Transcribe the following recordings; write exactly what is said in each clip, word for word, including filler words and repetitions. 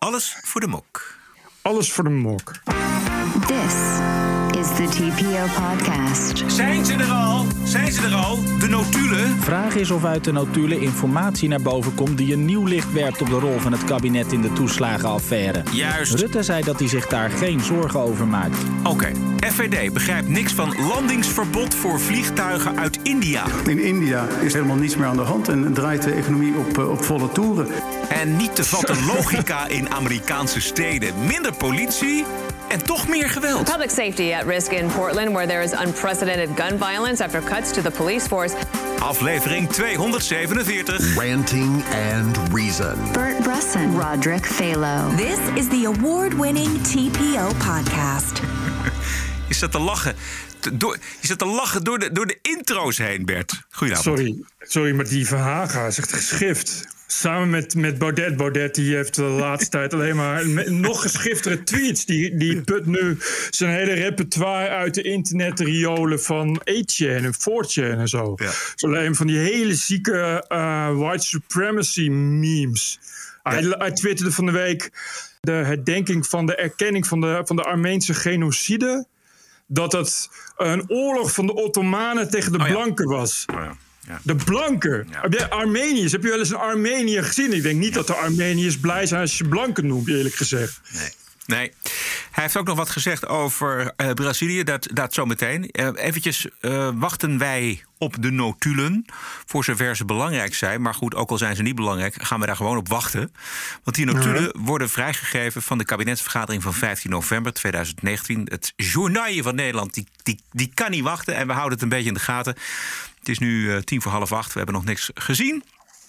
Alles voor de mok. Alles voor de mok. This is the T P O-podcast. Zijn ze er al? Zijn ze er al? De notulen? Vraag is of uit de notulen informatie naar boven komt die een nieuw licht werpt op de rol van het kabinet in de toeslagenaffaire. Juist. Rutte zei dat hij zich daar geen zorgen over maakt. Oké. Okay. F V D begrijpt niks van landingsverbod voor vliegtuigen uit India. In India is helemaal niets meer aan de hand en draait de economie op, op volle toeren. En niet te vatten logica in Amerikaanse steden. Minder politie en toch meer geweld. Public safety at risk in Portland, where there is unprecedented gun violence after cuts to the police force. Aflevering tweehonderdzevenenveertig. Ranting and Reason. Bert Bresson, Roderick Phalo. This is the award-winning T P O podcast. Je zat te lachen. Door, je zat te lachen door de, door de intro's heen, Bert. Goedenavond. Sorry, sorry, maar die Verhaga is echt geschift. Samen met, met Baudet. Baudet die heeft de laatste tijd alleen maar nog geschiftere tweets. Die, die put nu zijn hele repertoire uit de internetriolen van eight chan en four chan en zo. Ja. Dus alleen van die hele zieke uh, white supremacy memes. Ja. Hij, hij twitterde van de week de herdenking van de erkenning van de, van de Armeense genocide. Dat het een oorlog van de Ottomanen tegen de oh, ja. blanken was. Oh, ja. Ja. De blanken. Ja. Heb jij Armeniërs? Heb je wel eens een Armeniër gezien? Ik denk niet ja. dat de Armeniërs blij zijn als je blanken noemt, eerlijk gezegd. Nee. Nee. Hij heeft ook nog wat gezegd over uh, Brazilië. Dat, dat zometeen. Uh, eventjes uh, wachten wij op de notulen. Voor zover ze belangrijk zijn. Maar goed, ook al zijn ze niet belangrijk, gaan we daar gewoon op wachten. Want die notulen ja. worden vrijgegeven van de kabinetsvergadering van vijftien november tweeduizend negentien. Het journaal van Nederland, die, die, die kan niet wachten. En we houden het een beetje in de gaten. Het is nu uh, tien voor half acht. We hebben nog niks gezien.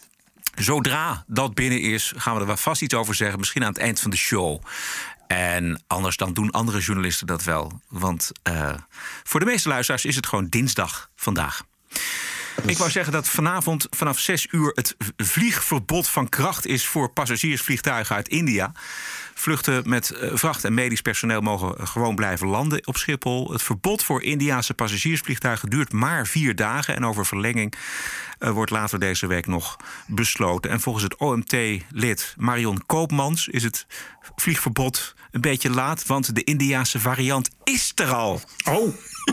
Zodra dat binnen is, gaan we er wel vast iets over zeggen. Misschien aan het eind van de show. En anders dan doen andere journalisten dat wel. Want uh, voor de meeste luisteraars is het gewoon dinsdag vandaag. Ik wou zeggen dat vanavond vanaf zes uur het vliegverbod van kracht is voor passagiersvliegtuigen uit India. Vluchten met vracht en medisch personeel mogen gewoon blijven landen op Schiphol. Het verbod voor Indiase passagiersvliegtuigen duurt maar vier dagen. En over verlenging uh, wordt later deze week nog besloten. En volgens het O M T-lid Marion Koopmans is het vliegverbod een beetje laat. Want de Indiase variant is er al. Oh.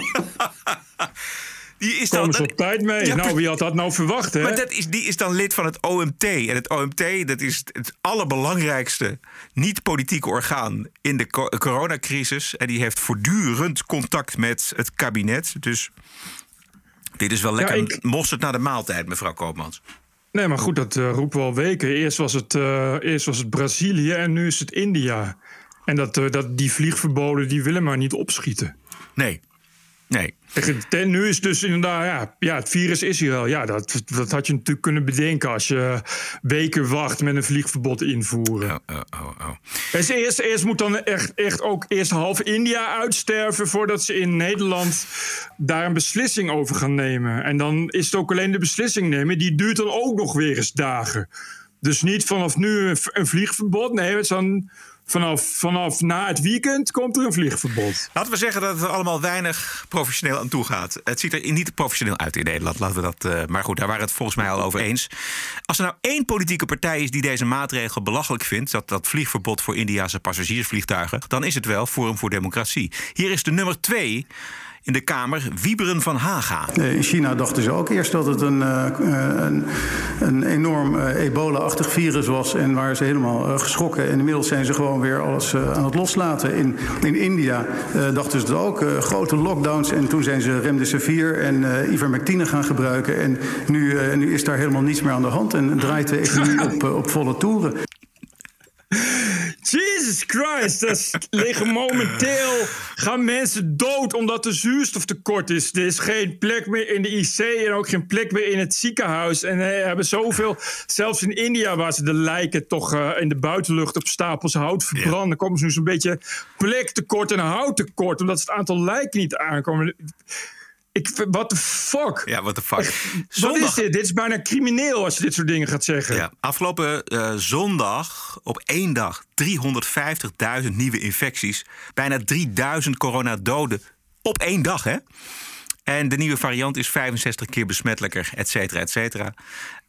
Die is Komen dan, ze op tijd mee? Ja, nou, wie had dat nou verwacht, hè? Maar dat is, die is dan lid van het O M T. En het O M T, dat is het allerbelangrijkste niet-politieke orgaan in de co- coronacrisis. En die heeft voortdurend contact met het kabinet. Dus dit is wel lekker ja, ik... mosterd naar de maaltijd, mevrouw Koopmans. Nee, maar goed, dat uh, roepen we al weken. Eerst was het, uh, eerst was het Brazilië en nu is het India. En dat, uh, dat die vliegverboden, die willen maar niet opschieten. Nee. Nee. En nu is dus inderdaad, ja, ja, het virus is hier al. Ja, dat, dat had je natuurlijk kunnen bedenken als je weken wacht met een vliegverbod invoeren. Oh, oh, oh, oh. Dus eerst, eerst moet dan echt, echt ook eerst half India uitsterven voordat ze in Nederland daar een beslissing over gaan nemen. En dan is het ook alleen de beslissing nemen, die duurt dan ook nog weer eens dagen. Dus niet vanaf nu een, een vliegverbod, nee, het is dan... Vanaf, vanaf na het weekend komt er een vliegverbod. Laten we zeggen dat het er allemaal weinig professioneel aan toe gaat. Het ziet er niet professioneel uit in Nederland. Laten we dat, uh, maar goed, daar waren we het volgens mij al over eens. Als er nou één politieke partij is die deze maatregel belachelijk vindt... dat, dat vliegverbod voor Indiase passagiersvliegtuigen... dan is het wel Forum voor Democratie. Hier is de nummer twee... in de Kamer, Wieberen van Haga. In China dachten ze ook eerst dat het een, uh, een, een enorm uh, ebola-achtig virus was... en waren ze helemaal uh, geschrokken. En inmiddels zijn ze gewoon weer alles uh, aan het loslaten. In, in India uh, dachten ze het ook, uh, grote lockdowns... en toen zijn ze remdesivir en uh, ivermectine gaan gebruiken. En nu, uh, nu is daar helemaal niets meer aan de hand... en draait de economie op, uh, op volle toeren. Jesus Christ, dat liggen momenteel gaan mensen dood omdat er zuurstoftekort is. Er is geen plek meer in de I C en ook geen plek meer in het ziekenhuis. En hey, hebben zoveel, zelfs in India waar ze de lijken toch uh, in de buitenlucht op stapels hout verbranden, ja. komen ze nu zo'n beetje plektekort en houttekort, omdat het aantal lijken niet aankomen. Ik, what the fuck? Ja, what the fuck. Zondag... Wat is dit? Dit is bijna crimineel als je dit soort dingen gaat zeggen. Ja, afgelopen uh, zondag op één dag driehonderdvijftigduizend nieuwe infecties. Bijna drieduizend coronadoden op één dag, hè? En de nieuwe variant is vijfenzestig keer besmettelijker, et cetera, et cetera.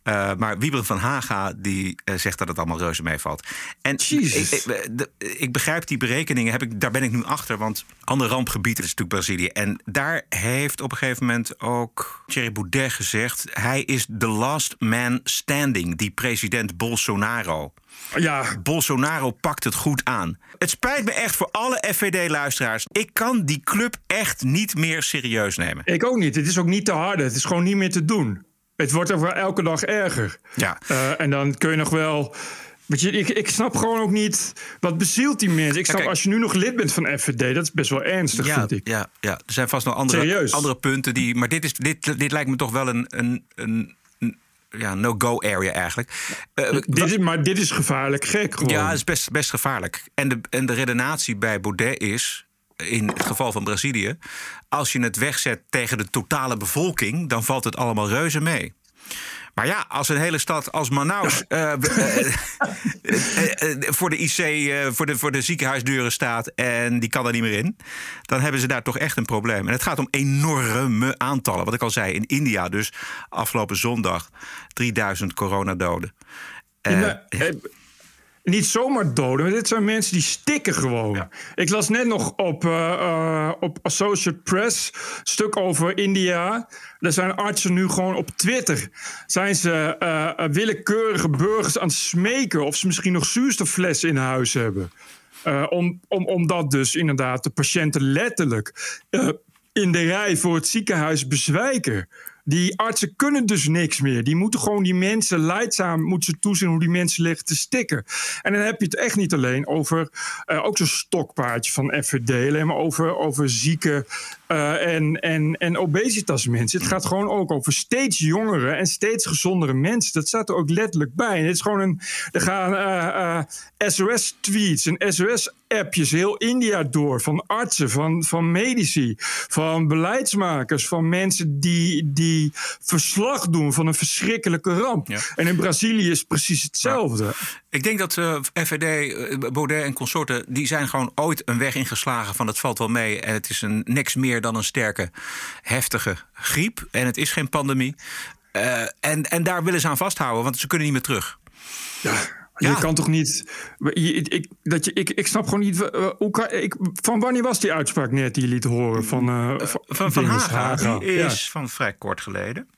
Uh, maar Wiebren van Haga die uh, zegt dat het allemaal reuze meevalt. En ik, ik, de, ik begrijp die berekeningen, heb ik, daar ben ik nu achter. Want ander rampgebied is natuurlijk Brazilië. En daar heeft op een gegeven moment ook Thierry Baudet gezegd... hij is the last man standing, die president Bolsonaro. Ja. Bolsonaro pakt het goed aan. Het spijt me echt voor alle F V D-luisteraars. Ik kan die club echt niet meer serieus nemen. Ik ook niet. Het is ook niet te harde. Het is gewoon niet meer te doen. Het wordt er elke dag erger. Ja. Uh, en dan kun je nog wel... Weet je, ik, ik snap gewoon ook niet... Wat bezielt die mensen? Ik snap, Kijk, als je nu nog lid bent van F V D... dat is best wel ernstig, ja, vind ik. Ja, ja, er zijn vast nog andere, andere punten die... Maar dit, is, dit, dit lijkt me toch wel een... een, een ja, no-go area eigenlijk. Uh, dit is, maar dit is gevaarlijk gek gewoon. Ja, het is best, best gevaarlijk. En de, en de redenatie bij Baudet is... in het geval van Brazilië... als je het wegzet tegen de totale bevolking... dan valt het allemaal reuze mee. Maar ja, als een hele stad als Manaus... Uh, uh, uh, uh, uh, voor de I C, uh, voor, de, voor de ziekenhuisdeuren staat... en die kan er niet meer in... dan hebben ze daar toch echt een probleem. En het gaat om enorme aantallen. Wat ik al zei, in India dus afgelopen zondag... drieduizend coronadoden. Uh, ja, maar, niet zomaar doden, maar dit zijn mensen die stikken gewoon. Ja. Ik las net nog op, uh, uh, op Associated Press een stuk over India. Er zijn artsen nu gewoon op Twitter. Zijn ze uh, willekeurige burgers aan het smeken... of ze misschien nog zuurstofflessen in huis hebben. Uh, om, om, omdat dus inderdaad de patiënten letterlijk... Uh, in de rij voor het ziekenhuis bezwijken... Die artsen kunnen dus niks meer. Die moeten gewoon die mensen leidzaam moeten ze toezien hoe die mensen liggen te stikken. En dan heb je het echt niet alleen over uh, ook zo'n stokpaardje van F V D, alleen maar over, over zieke uh, en, en, en obesitas mensen. Het gaat gewoon ook over steeds jongere en steeds gezondere mensen. Dat staat er ook letterlijk bij. En het is gewoon een. Er gaan uh, uh, S O S-tweets en S O S-appjes heel India door van artsen, van, van medici, van beleidsmakers, van mensen die. die verslag doen van een verschrikkelijke ramp. Ja. En in Brazilië is precies hetzelfde. Ja. Ik denk dat uh, F V D, uh, Baudet en consorten... die zijn gewoon ooit een weg ingeslagen van het valt wel mee... en het is een, niks meer dan een sterke, heftige griep. En het is geen pandemie. Uh, en, en daar willen ze aan vasthouden, want ze kunnen niet meer terug. Ja... Ja. Je kan toch niet... Ik, ik, dat je, ik, ik snap gewoon niet... Hoe kan, ik, van wanneer was die uitspraak net die je liet horen? Van, uh, van, van, van Haga, Haga. Die is ja. van vrij kort geleden.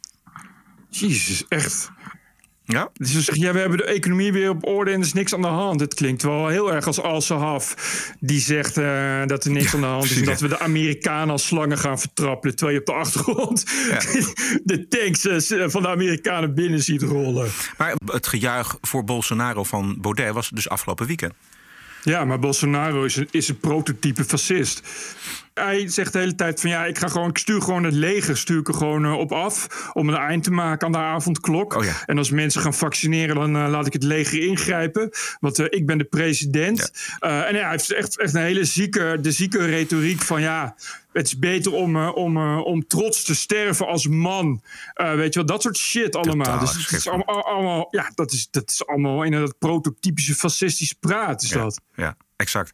Jezus, echt... Ja. Dus ze zeggen, ja, we hebben de economie weer op orde en er is niks aan de hand. Het klinkt wel heel erg als Al-Sahaf. Die zegt uh, dat er niks ja, aan de hand is. En dat we de Amerikanen als slangen gaan vertrappelen. Terwijl je op de achtergrond ja. de tanks uh, van de Amerikanen binnen ziet rollen. Maar het gejuich voor Bolsonaro van Baudet was dus afgelopen weekend. Ja, maar Bolsonaro is een, is een prototype fascist. Hij zegt de hele tijd van ja, ik ga gewoon, ik stuur gewoon het leger, stuur ik er gewoon uh, op af om een eind te maken aan de avondklok. Oh ja. En als mensen gaan vaccineren, dan uh, laat ik het leger ingrijpen, want uh, ik ben de president. Ja. Uh, en ja, hij heeft echt, echt een hele zieke, de zieke retoriek van ja, het is beter om, uh, om, uh, om trots te sterven als man. Uh, weet je wel, dat soort shit allemaal. Totaal, dus het is allemaal, allemaal, ja, dat is, dat is allemaal inderdaad prototypische fascistisch praat is ja, dat. Ja, exact.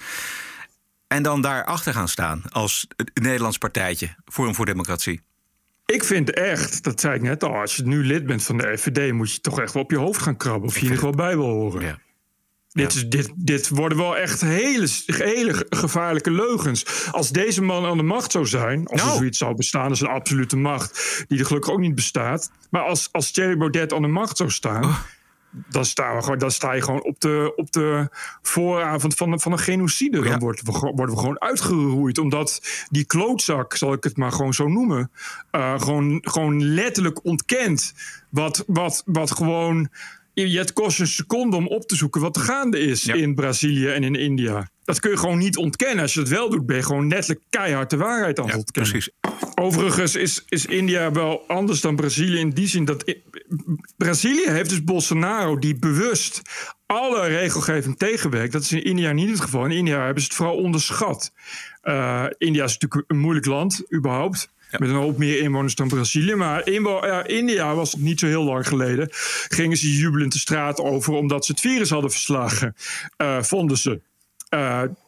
En dan daarachter gaan staan als Nederlands partijtje, Forum voor Democratie. Ik vind echt, dat zei ik net al, als je nu lid bent van de F V D... moet je toch echt wel op je hoofd gaan krabben of je er gewoon bij wil horen. Ja. Dit, is, dit, dit worden wel echt hele, hele gevaarlijke leugens. Als deze man aan de macht zou zijn, als nou. er zoiets zou bestaan, dat is een absolute macht die er gelukkig ook niet bestaat. Maar als, als Thierry Baudet aan de macht zou staan... Oh. Dan, staan we gewoon, dan sta je gewoon op de, op de vooravond van, van een genocide. Dan ja. worden, we, worden we gewoon uitgeroeid. Omdat die klootzak, zal ik het maar gewoon zo noemen... Uh, gewoon, gewoon letterlijk ontkent. Wat, wat, wat gewoon... Het kost een seconde om op te zoeken wat er gaande is ja. in Brazilië en in India. Dat kun je gewoon niet ontkennen. Als je dat wel doet, ben je gewoon letterlijk keihard de waarheid aan het ja, ontkennen. Precies. Overigens is, is India wel anders dan Brazilië in die zin dat... Brazilië heeft dus Bolsonaro die bewust alle regelgeving tegenwerkt. Dat is in India niet het geval. In India hebben ze het vooral onderschat. Uh, India is natuurlijk een moeilijk land, überhaupt. Ja. Met een hoop meer inwoners dan Brazilië. Maar in ja, India was het niet zo heel lang geleden. Gingen ze jubelend de straat over omdat ze het virus hadden verslagen. Uh, vonden ze. Uh,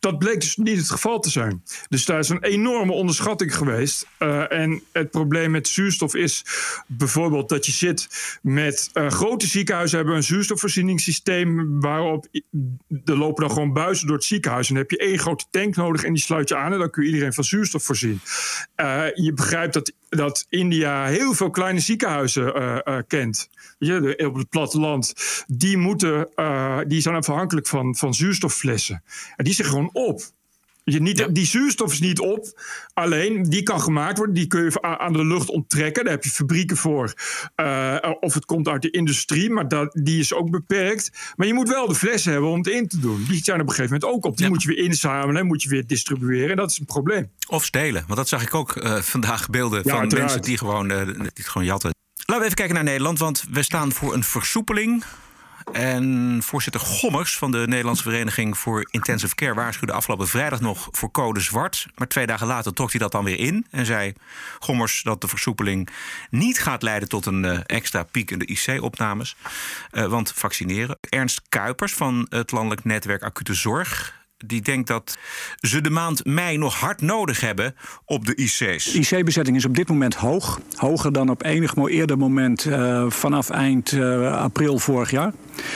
dat bleek dus niet het geval te zijn. Dus daar is een enorme onderschatting geweest. Uh, en het probleem met zuurstof is bijvoorbeeld dat je zit met uh, grote ziekenhuizen hebben een zuurstofvoorzieningssysteem waarop er lopen dan gewoon buizen door het ziekenhuis. En dan heb je één grote tank nodig en die sluit je aan en dan kun je iedereen van zuurstof voorzien. Uh, je begrijpt dat, dat India heel veel kleine ziekenhuizen uh, uh, kent. Je, op het platteland. Die, moeten, uh, die zijn afhankelijk van, van zuurstofflessen. En die zijn gewoon op. Je niet, ja. Die zuurstof is niet op. Alleen, die kan gemaakt worden. Die kun je aan de lucht onttrekken. Daar heb je fabrieken voor. Uh, of het komt uit de industrie. Maar dat, die is ook beperkt. Maar je moet wel de flessen hebben om het in te doen. Die zijn op een gegeven moment ook op. Die ja. moet je weer inzamelen. Moet je weer distribueren. En dat is een probleem. Of stelen. Want dat zag ik ook uh, vandaag beelden ja, van uiteraard. mensen die gewoon, uh, die het gewoon jatten. Laten we even kijken naar Nederland. Want we staan voor een versoepeling. En voorzitter Gommers van de Nederlandse Vereniging voor Intensive Care waarschuwde afgelopen vrijdag nog voor code zwart. Maar twee dagen later trok hij dat dan weer in. En zei Gommers dat de versoepeling niet gaat leiden tot een uh, extra piek in de I C-opnames. Uh, want vaccineren. Ernst Kuipers van het Landelijk Netwerk Acute Zorg. Die denkt dat ze de maand mei nog hard nodig hebben op de I C's. De I C-bezetting is op dit moment hoog. Hoger dan op enig eerder moment uh, vanaf eind uh, april vorig jaar.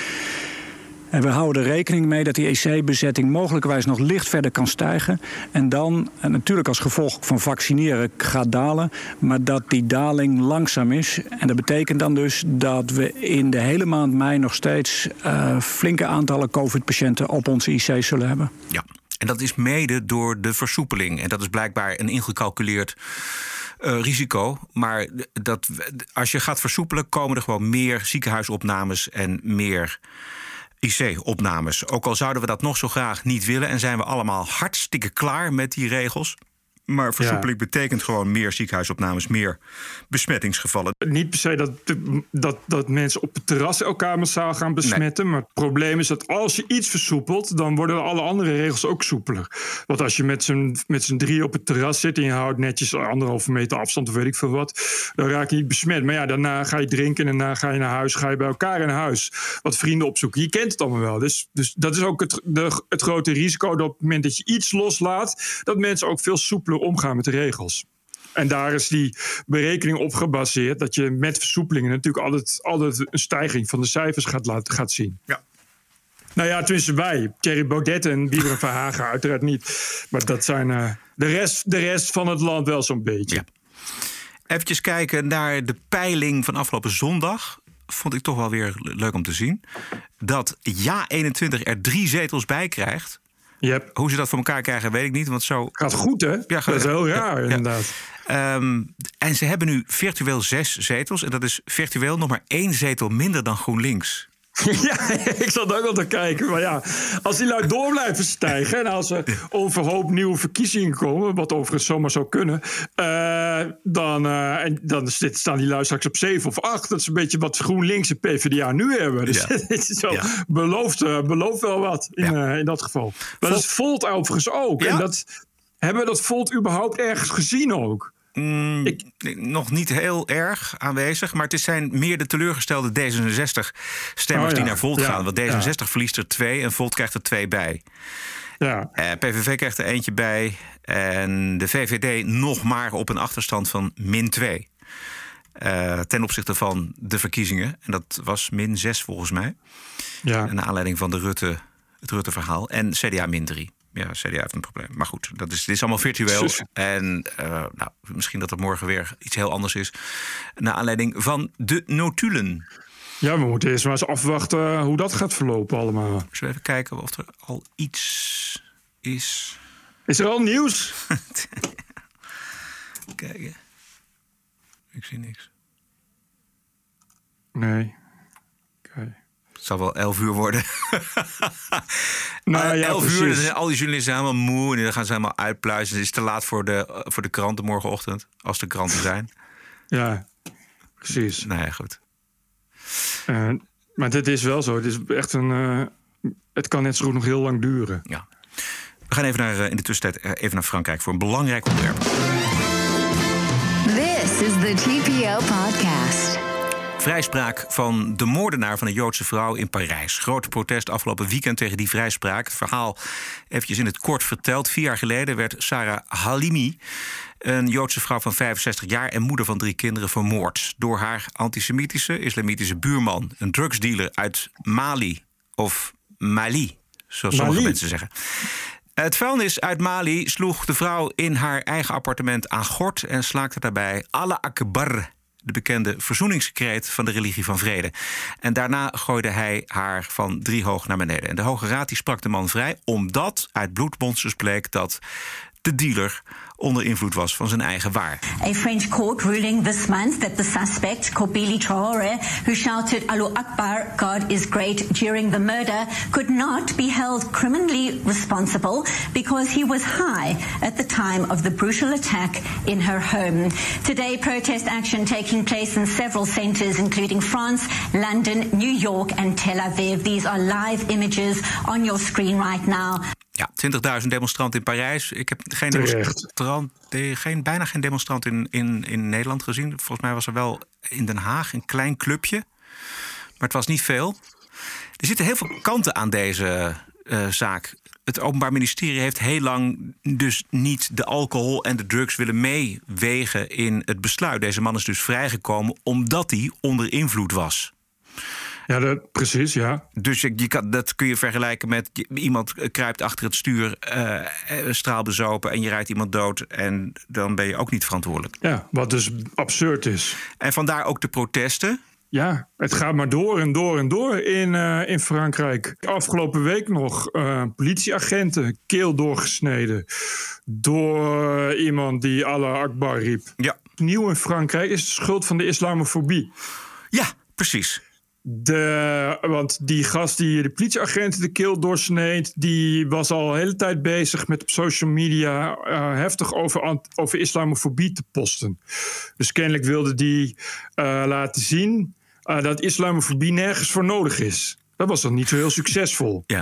En we houden er rekening mee dat die I C-bezetting mogelijkerwijs nog licht verder kan stijgen. En dan, en natuurlijk als gevolg van vaccineren, gaat dalen. Maar dat die daling langzaam is. En dat betekent dan dus dat we in de hele maand mei nog steeds uh, flinke aantallen COVID-patiënten op onze I C zullen hebben. Ja, en dat is mede door de versoepeling. En dat is blijkbaar een ingecalculeerd Uh, risico. Maar dat, als je gaat versoepelen, komen er gewoon meer ziekenhuisopnames en meer I C-opnames. Ook al zouden we dat nog zo graag niet willen en zijn we allemaal hartstikke klaar met die regels. Maar versoepeling ja. betekent gewoon meer ziekenhuisopnames, meer besmettingsgevallen. Niet per se dat, dat, dat mensen op het terras elkaar massaal gaan besmetten. Nee. Maar het probleem is dat als je iets versoepelt, dan worden alle andere regels ook soepeler. Want als je met z'n, met z'n drie op het terras zit en je houdt netjes anderhalve meter afstand of weet ik veel wat, dan raak je niet besmet. Maar ja, daarna ga je drinken en daarna ga je naar huis, ga je bij elkaar in huis wat vrienden opzoeken. Je kent het allemaal wel. Dus, dus dat is ook het, de, het grote risico dat op het moment dat je iets loslaat, dat mensen ook veel soepeler omgaan met de regels. En daar is die berekening op gebaseerd dat je met versoepelingen natuurlijk altijd, altijd een stijging van de cijfers gaat, laten, gaat zien. Ja. Nou ja, tenminste wij. Thierry Baudet en Wieberen Verhagen uiteraard niet. Maar dat zijn uh, de, rest, de rest van het land wel zo'n beetje. Ja. Even kijken naar de peiling van afgelopen zondag. Vond ik toch wel weer leuk om te zien. Dat Ja eenentwintig er drie zetels bij krijgt. Yep. Hoe ze dat voor elkaar krijgen, weet ik niet. Want zo gaat goed, hè? Ja, gaat, dat is heel raar, ja, inderdaad. Ja. Um, en ze hebben nu virtueel zes zetels. En dat is virtueel nog maar één zetel minder dan GroenLinks. Ja, ik zat ook al te kijken. Maar ja, als die lui door blijven stijgen en als er onverhoopt nieuwe verkiezingen komen, wat overigens zomaar zou kunnen, uh, dan, uh, en dan staan die lui straks op zeven of acht. Dat is een beetje wat GroenLinks en PvdA nu hebben. Dus ja. Het is wel, ja. belooft, uh, belooft wel wat in, ja. uh, in dat geval. Maar dat is Volt overigens ook. Ja? En dat, hebben we dat Volt überhaupt ergens gezien ook? Mm, ik, nog niet heel erg aanwezig, maar het zijn meer de teleurgestelde D zesenzestig-stemmers oh ja, die naar Volt ja, gaan. Want D zesenzestig ja. verliest er twee en Volt krijgt er twee bij. Ja. Uh, P V V krijgt er eentje bij en de V V D nog maar op een achterstand van min twee. Uh, ten opzichte van de verkiezingen. En dat was min zes volgens mij. Ja. Naar aanleiding van de Rutte, het Rutte-verhaal. En C D A min drie. Ja, C D A heeft een probleem. Maar goed, dat is, dit is allemaal virtueel. En uh, nou, misschien dat het morgen weer iets heel anders is. Naar aanleiding van de notulen. Ja, we moeten eerst maar eens afwachten hoe dat gaat verlopen allemaal. Zullen we even kijken of er al iets is? Is er al nieuws? Kijken. Ik zie niks. Nee. Oké. Het zal wel elf uur worden. Nou, ja, elf precies. uur, dan zijn al die journalisten helemaal moe en dan gaan ze helemaal uitpluizen. Het is te laat voor de, voor de kranten morgenochtend, als de kranten zijn. Ja, precies. Nou ja, goed. Uh, maar dit is wel zo. Het is echt een. Uh, het kan net zo goed nog heel lang duren. Ja. We gaan even naar, uh, in de tussentijd uh, even naar Frankrijk voor een belangrijk onderwerp. This is the T P O podcast. Vrijspraak van de moordenaar van een Joodse vrouw in Parijs. Grote protest afgelopen weekend tegen die vrijspraak. Het verhaal eventjes in het kort verteld. Vier jaar geleden werd Sarah Halimi, een Joodse vrouw van vijfenzestig jaar en moeder van drie kinderen, vermoord door haar antisemitische islamitische buurman, een drugsdealer uit Mali of Mali, zoals sommige Mali. mensen zeggen. Het vuilnis uit Mali sloeg de vrouw in haar eigen appartement aan gort en slaakte daarbij Allah Akbar, de bekende verzoeningskreet van de religie van vrede. En daarna gooide hij haar van drie hoog naar beneden. En de Hoge Raad die sprak de man vrij, omdat uit bloedmonsters bleek dat de dealer onder invloed was van zijn eigen waar. A French court ruling this month that the suspect, Kobili Traoré, who shouted Allahu Akbar, God is great during the murder, could not be held criminally responsible because he was high at the time of the brutal attack in her home. Today, protest action taking place in several centers, including France, London, New York and Tel Aviv. These are live images on your screen right now. Ja, twintigduizend demonstranten in Parijs. Ik heb geen, demonstrant, geen bijna geen demonstrant in, in, in Nederland gezien. Volgens mij was er wel in Den Haag een klein clubje. Maar het was niet veel. Er zitten heel veel kanten aan deze uh, zaak. Het Openbaar Ministerie heeft heel lang dus niet de alcohol en de drugs willen meewegen in het besluit. Deze man is dus vrijgekomen omdat hij onder invloed was. Ja, dat, precies, ja. Dus je, je kan, dat kun je vergelijken met iemand kruipt achter het stuur, uh, straalbezopen en je rijdt iemand dood en dan ben je ook niet verantwoordelijk. Ja, wat dus absurd is. En vandaar ook de protesten. Ja, het gaat maar door en door en door in, uh, in Frankrijk. Afgelopen week nog uh, politieagenten keel doorgesneden door iemand die Allah Akbar riep. Ja. Nieuw in Frankrijk is de schuld van de islamofobie. Ja, precies. De, want die gast die de politieagenten de keel doorsneed, die was al de hele tijd bezig met op social media uh, heftig over, over islamofobie te posten. Dus kennelijk wilde die uh, laten zien uh, dat islamofobie nergens voor nodig is. Dat was dan niet zo heel succesvol. Ja.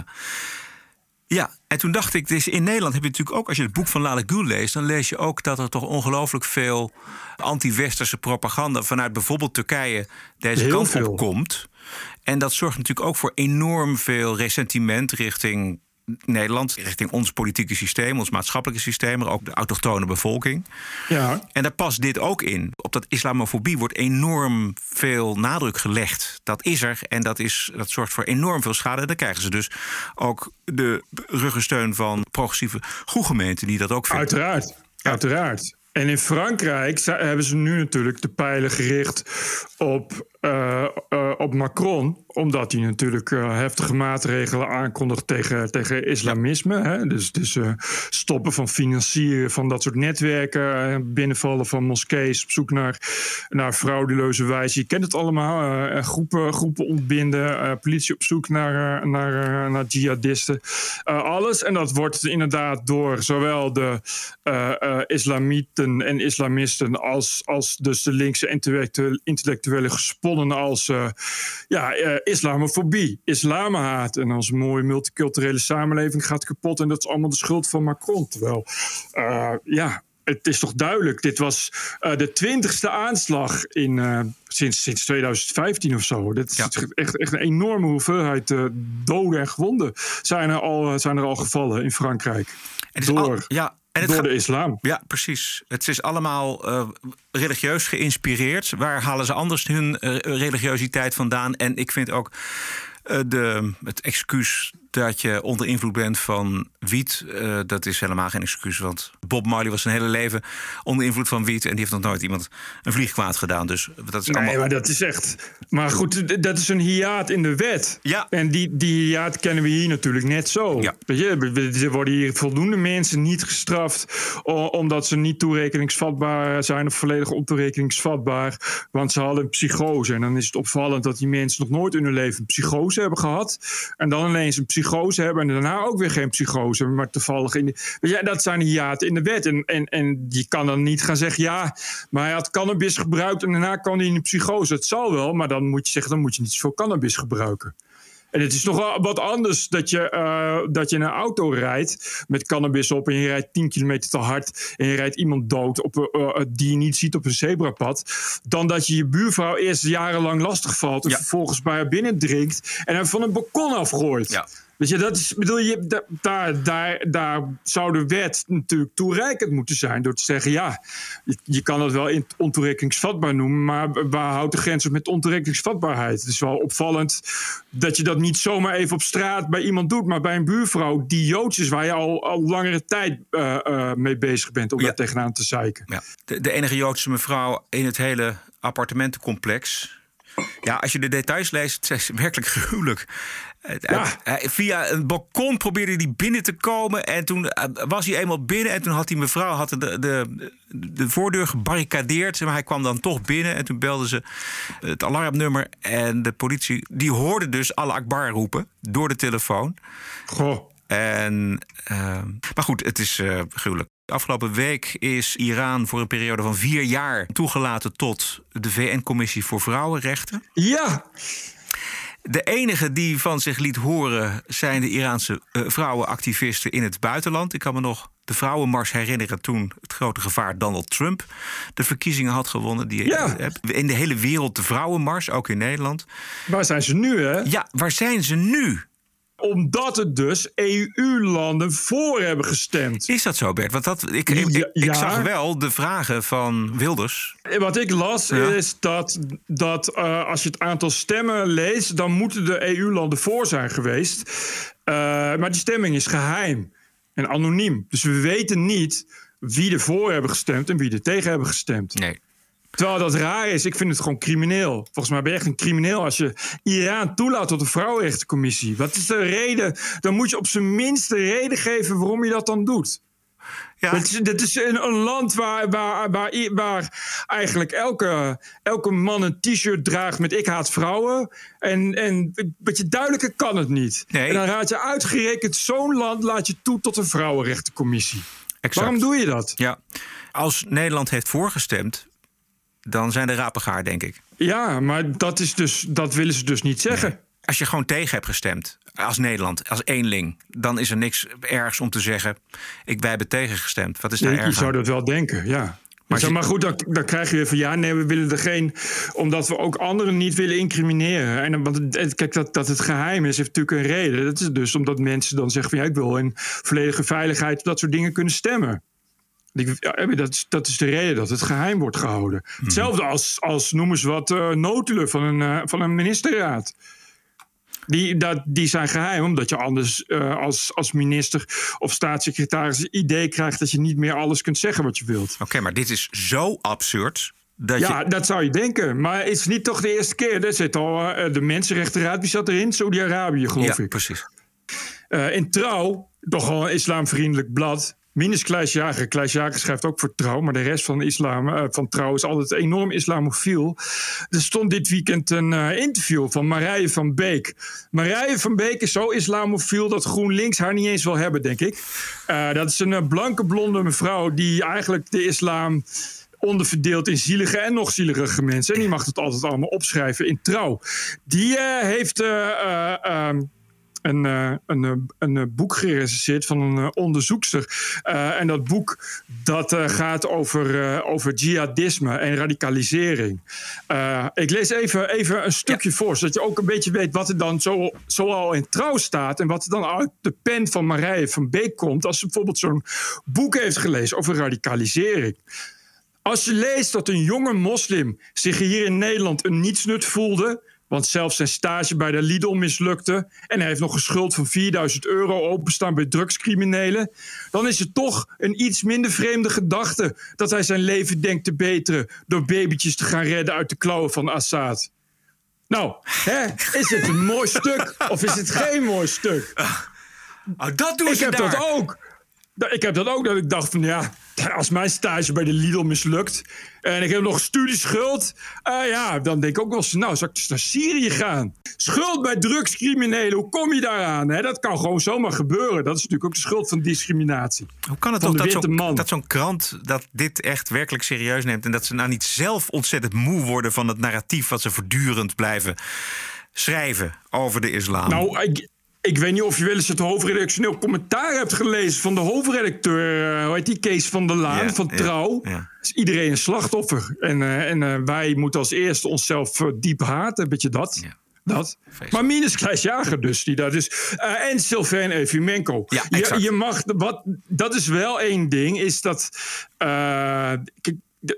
Ja, en toen dacht ik, dus in Nederland heb je natuurlijk ook, als je het boek van Lale Gül leest, dan lees je ook dat er toch ongelooflijk veel anti-westerse propaganda vanuit bijvoorbeeld Turkije deze heel kant veel. op komt. En dat zorgt natuurlijk ook voor enorm veel ressentiment richting Nederland, richting ons politieke systeem, ons maatschappelijke systeem, maar ook de autochtone bevolking. Ja. En daar past dit ook in. Op dat islamofobie wordt enorm veel nadruk gelegd. Dat is er en dat, is, dat zorgt voor enorm veel schade. En dan krijgen ze dus ook de ruggensteun van progressieve groegemeenten die dat ook vinden. Uiteraard, Ja. uiteraard. En in Frankrijk hebben ze nu natuurlijk de pijlen gericht op, uh, uh, op Macron, omdat hij natuurlijk uh, heftige maatregelen aankondigt tegen, tegen islamisme. Hè? Dus, dus uh, stoppen van financieren van dat soort netwerken, uh, binnenvallen van moskees op zoek naar, naar frauduleuze wijze. Je kent het allemaal. Uh, groepen, groepen ontbinden, uh, politie op zoek naar, uh, naar, uh, naar jihadisten. Uh, alles. En dat wordt inderdaad door zowel de uh, uh, islamieten en islamisten als, als dus de linkse intellectuele, intellectuelen gesponnen als uh, ja, uh, islamofobie, islamhaat. En onze mooie multiculturele samenleving gaat kapot en dat is allemaal de schuld van Macron. Terwijl, uh, ja, het is toch duidelijk. Dit was uh, de twintigste aanslag in, uh, sinds, sinds twintig vijftien of zo. Dit is Ja. echt, echt een enorme hoeveelheid uh, doden en gewonden zijn er al, zijn er al gevallen in Frankrijk. Het is Door, al, ja, en het door gaat- de islam. Ja, precies. Het is allemaal uh, religieus geïnspireerd. Waar halen ze anders hun uh, religiositeit vandaan? En ik vind ook uh, de, het excuus dat je onder invloed bent van wiet, uh, dat is helemaal geen excuus. Want Bob Marley was zijn hele leven onder invloed van wiet en die heeft nog nooit iemand een vlieg kwaad gedaan. Dus dat is Nee, allemaal... maar dat is echt... Maar goed, d- dat is een hiaat in de wet. Ja. En die, die hiaat kennen we hier natuurlijk net zo. Ja. Weet je, er worden hier voldoende mensen niet gestraft o- omdat ze niet toerekeningsvatbaar zijn of volledig ontoerekeningsvatbaar. Want ze hadden een psychose. En dan is het opvallend dat die mensen nog nooit in hun leven een psychose hebben gehad. En dan ineens een psychose hebben en daarna ook weer geen psychose hebben, maar toevallig in de... Weet je, dat zijn hiaten in de wet. En, en, en je kan dan niet gaan zeggen, ja, maar hij had cannabis gebruikt en daarna kan hij in een psychose. Het zal wel, maar dan moet je zeggen, dan moet je niet zoveel cannabis gebruiken. En het is nog wel wat anders dat je, uh, dat je in een auto rijdt met cannabis op en je rijdt tien kilometer te hard en je rijdt iemand dood op, uh, die je niet ziet op een zebrapad, dan dat je je buurvrouw eerst jarenlang lastigvalt en ja. vervolgens bij haar binnendringt en haar van een balkon afgooit. Ja. Weet je, dat is, bedoel je, da, daar, daar, daar zou de wet natuurlijk toereikend moeten zijn door te zeggen, ja, je, je kan het wel ontoerekeningsvatbaar noemen, maar waar houdt de grens op met ontoerekeningsvatbaarheid? Het is wel opvallend dat je dat niet zomaar even op straat bij iemand doet, maar bij een buurvrouw die Joods is, waar je al, al langere tijd uh, uh, mee bezig bent om ja. daar tegenaan te zeiken. Ja. De, de enige Joodse mevrouw in het hele appartementencomplex. Ja, als je de details leest, het is werkelijk gruwelijk. Ja. Via een balkon probeerde hij binnen te komen. En toen was hij eenmaal binnen. En toen had die mevrouw had de, de, de voordeur gebarricadeerd. Maar hij kwam dan toch binnen. En toen belden ze het alarmnummer. En de politie die hoorde dus Allah Akbar roepen door de telefoon. Goh. En, uh, maar goed, het is uh, gruwelijk. Afgelopen week is Iran voor een periode van vier jaar toegelaten tot de V N-commissie voor Vrouwenrechten. Ja! De enige die van zich liet horen zijn de Iraanse uh, vrouwenactivisten in het buitenland. Ik kan me nog de vrouwenmars herinneren toen het grote gevaar Donald Trump de verkiezingen had gewonnen. Die, ja. In de hele wereld de vrouwenmars, ook in Nederland. Waar zijn ze nu, hè? Ja, waar zijn ze nu? Omdat er dus E U-landen voor hebben gestemd. Is dat zo, Bert? Want dat, ik, ik, ik, ik zag wel de vragen van Wilders. Wat ik las ja. is dat, dat uh, als je het aantal stemmen leest, dan moeten de E U-landen voor zijn geweest. Uh, maar die stemming is geheim en anoniem. Dus we weten niet wie er voor hebben gestemd en wie er tegen hebben gestemd. Nee. Terwijl dat raar is, ik vind het gewoon crimineel. Volgens mij ben je echt een crimineel als je Iran toelaat tot een vrouwenrechtencommissie. Wat is de reden? Dan moet je op zijn minst de reden geven waarom je dat dan doet. Ja. Dat is, dat is een, een land waar, waar, waar, waar eigenlijk elke, elke man een t-shirt draagt met ik haat vrouwen. En, en wat je duidelijker kan het niet. Nee. En dan raad je uitgerekend zo'n land laat je toe tot een vrouwenrechtencommissie. Exact. Waarom doe je dat? Ja. Als Nederland heeft voorgestemd, dan zijn de rapen gaar, denk ik. Ja, maar dat, is dus, dat willen ze dus niet zeggen. Nee. Als je gewoon tegen hebt gestemd, als Nederland, als eenling, dan is er niks ergs om te zeggen, ik, wij hebben tegengestemd. Wat is daar nee, erg aan? Je zou dat wel denken, ja. Maar, zeg, maar goed, dan, dan krijg je weer van ja, nee, we willen er geen, omdat we ook anderen niet willen incrimineren. En want kijk, dat, dat het geheim is, heeft natuurlijk een reden. Dat is dus omdat mensen dan zeggen van ja, ik wil in volledige veiligheid op dat soort dingen kunnen stemmen. Dat is, dat is de reden dat het geheim wordt gehouden. Hmm. Hetzelfde als, als noem eens wat uh, notulen van een, uh, van een ministerraad. Die, dat, die zijn geheim, omdat je anders uh, als, als minister of staatssecretaris het idee krijgt dat je niet meer alles kunt zeggen wat je wilt. Oké, okay, maar dit is zo absurd. Dat ja, je... dat zou je denken. Maar het is niet toch de eerste keer. Er zit al uh, de Mensenrechtenraad, wie zat erin? Saudi-Arabië, geloof ja, ik. Ja, precies. Uh, in Trouw, toch wel een islamvriendelijk blad. Minus Kleis Jager. Kleis Jager schrijft ook voor Trouw, maar de rest van, islam, uh, van Trouw is altijd enorm islamofiel. Er stond dit weekend een uh, interview van Marije van Beek. Marije van Beek is zo islamofiel dat GroenLinks haar niet eens wil hebben, denk ik. Uh, dat is een uh, blanke blonde mevrouw die eigenlijk de islam onderverdeeld in zielige en nog zieligere mensen. En die mag het altijd allemaal opschrijven in Trouw. Die uh, heeft Uh, uh, um, Een, uh, een, uh, een uh, boek gerecenseerd van een uh, onderzoekster. Uh, en dat boek dat uh, gaat over, uh, over jihadisme en radicalisering. Uh, ik lees even, even een stukje ja. voor, zodat je ook een beetje weet wat er dan zo, zo al in Trouw staat en wat er dan uit de pen van Marije van Beek komt als ze bijvoorbeeld zo'n boek heeft gelezen over radicalisering. Als je leest dat een jonge moslim zich hier in Nederland een nietsnut voelde, want zelfs zijn stage bij de Lidl mislukte en hij heeft nog een schuld van vierduizend euro openstaan bij drugscriminelen, dan is het toch een iets minder vreemde gedachte dat hij zijn leven denkt te beteren door babytjes te gaan redden uit de klauwen van Assad. Nou, hè, is het een mooi stuk of is het geen mooi stuk? Oh, dat doen ik ze heb daar. dat ook. Ik heb dat ook, dat ik dacht van ja, als mijn stage bij de Lidl mislukt en ik heb nog een studieschuld, uh, ja, dan denk ik ook wel eens, nou, zou ik dus naar Syrië gaan? Schuld bij drugscriminelen, hoe kom je daaraan? Hè? Dat kan gewoon zomaar gebeuren. Dat is natuurlijk ook de schuld van discriminatie. Hoe kan het toch dat zo'n, dat zo'n krant dat dit echt werkelijk serieus neemt en dat ze nou niet zelf ontzettend moe worden van het narratief wat ze voortdurend blijven schrijven over de islam? Nou, ik, ik weet niet of je wel eens het hoofdredactioneel commentaar hebt gelezen van de hoofdredacteur, uh, hoe heet die, Kees van der Laan, Ja, van ja, Trouw. ja. Is iedereen een slachtoffer. En, uh, en uh, wij moeten als eerste onszelf uh, diep haten, weet je dat? Ja. Dat. Maar minus Klaas Jager dus. Die daar dus uh, en Sylvain Efimenko. Ja, je, exact. je mag, wat, dat is wel één ding, is dat... Uh, ik,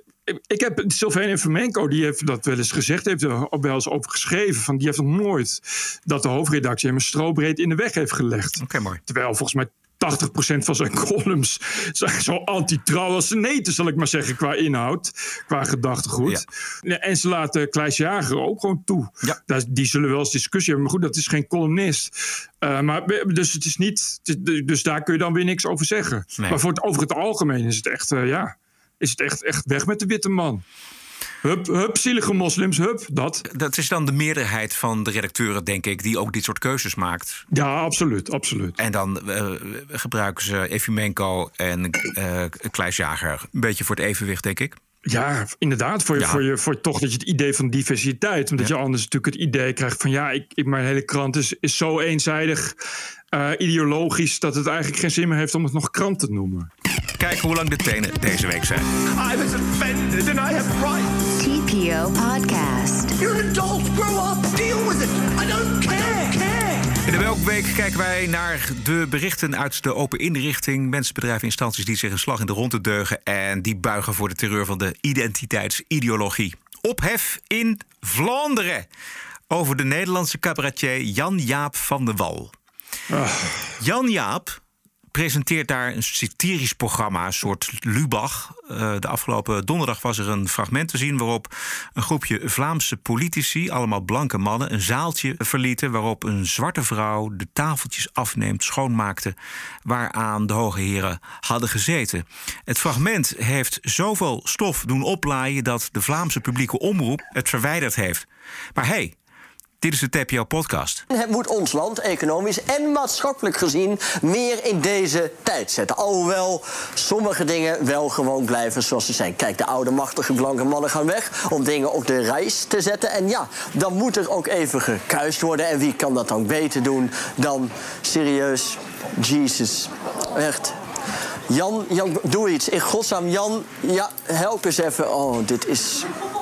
Ik heb Sylvain Efimenko, die heeft dat wel eens gezegd, heeft er ook wel eens over geschreven. Van die heeft nog nooit dat de hoofdredactie hem een strobreed in de weg heeft gelegd. Oké, okay, mooi. Terwijl volgens mij tachtig procent van zijn columns zijn zo anti-trouw als ze neten, zal ik maar zeggen, qua inhoud, qua gedachtegoed. Ja. En ze laten Klaas Jager ook gewoon toe. Ja. Die zullen wel eens discussie hebben, maar goed, dat is geen columnist. Uh, maar, dus, het is niet, dus daar kun je dan weer niks over zeggen. Nee. Maar voor het, over het algemeen is het echt, uh, ja... is het echt, echt weg met de witte man. Hup, hup, zielige moslims, hup, dat. Dat is dan de meerderheid van de redacteuren, denk ik, die ook dit soort keuzes maakt. Ja, absoluut, absoluut. En dan uh, gebruiken ze Efimenko en uh, Klaas Jager een beetje voor het evenwicht, denk ik. Ja, inderdaad. Voor, je, ja. voor, je, voor toch dat je het idee van diversiteit. Omdat ja. je anders natuurlijk het idee krijgt van... ja, ik, ik, mijn hele krant is, is zo eenzijdig uh, ideologisch... dat het eigenlijk geen zin meer heeft om het nog krant te noemen. Kijk hoe lang de tenen deze week zijn. I was offended and I have rights. T P O Podcast. You're an adult. Grow up. Deal with it. I don't care. I don't care. In de Welkweek kijken wij naar de berichten uit de open inrichting. Mensen, bedrijven, instanties die zich een slag in de ronde deugen... en die buigen voor de terreur van de identiteitsideologie. Ophef in Vlaanderen over de Nederlandse cabaretier Jan-Jaap van de Wal. Oh. Jan-Jaap presenteert daar een satirisch programma, een soort Lubach. Uh, de afgelopen donderdag was er een fragment te zien... waarop een groepje Vlaamse politici, allemaal blanke mannen... een zaaltje verlieten waarop een zwarte vrouw de tafeltjes afneemt, schoonmaakte... waaraan de hoge heren hadden gezeten. Het fragment heeft zoveel stof doen oplaaien... dat de Vlaamse publieke omroep het verwijderd heeft. Maar hey, dit is de T P O-podcast. Het moet ons land economisch en maatschappelijk gezien meer in deze tijd zetten. Alhoewel sommige dingen wel gewoon blijven zoals ze zijn. Kijk, de oude machtige blanke mannen gaan weg om dingen op de reis te zetten. En ja, dan moet er ook even gekuist worden. En wie kan dat dan beter doen dan serieus Jesus. Echt. Jan, Jan, doe iets. In godsnaam, Jan, ja, help eens even. Oh, dit is...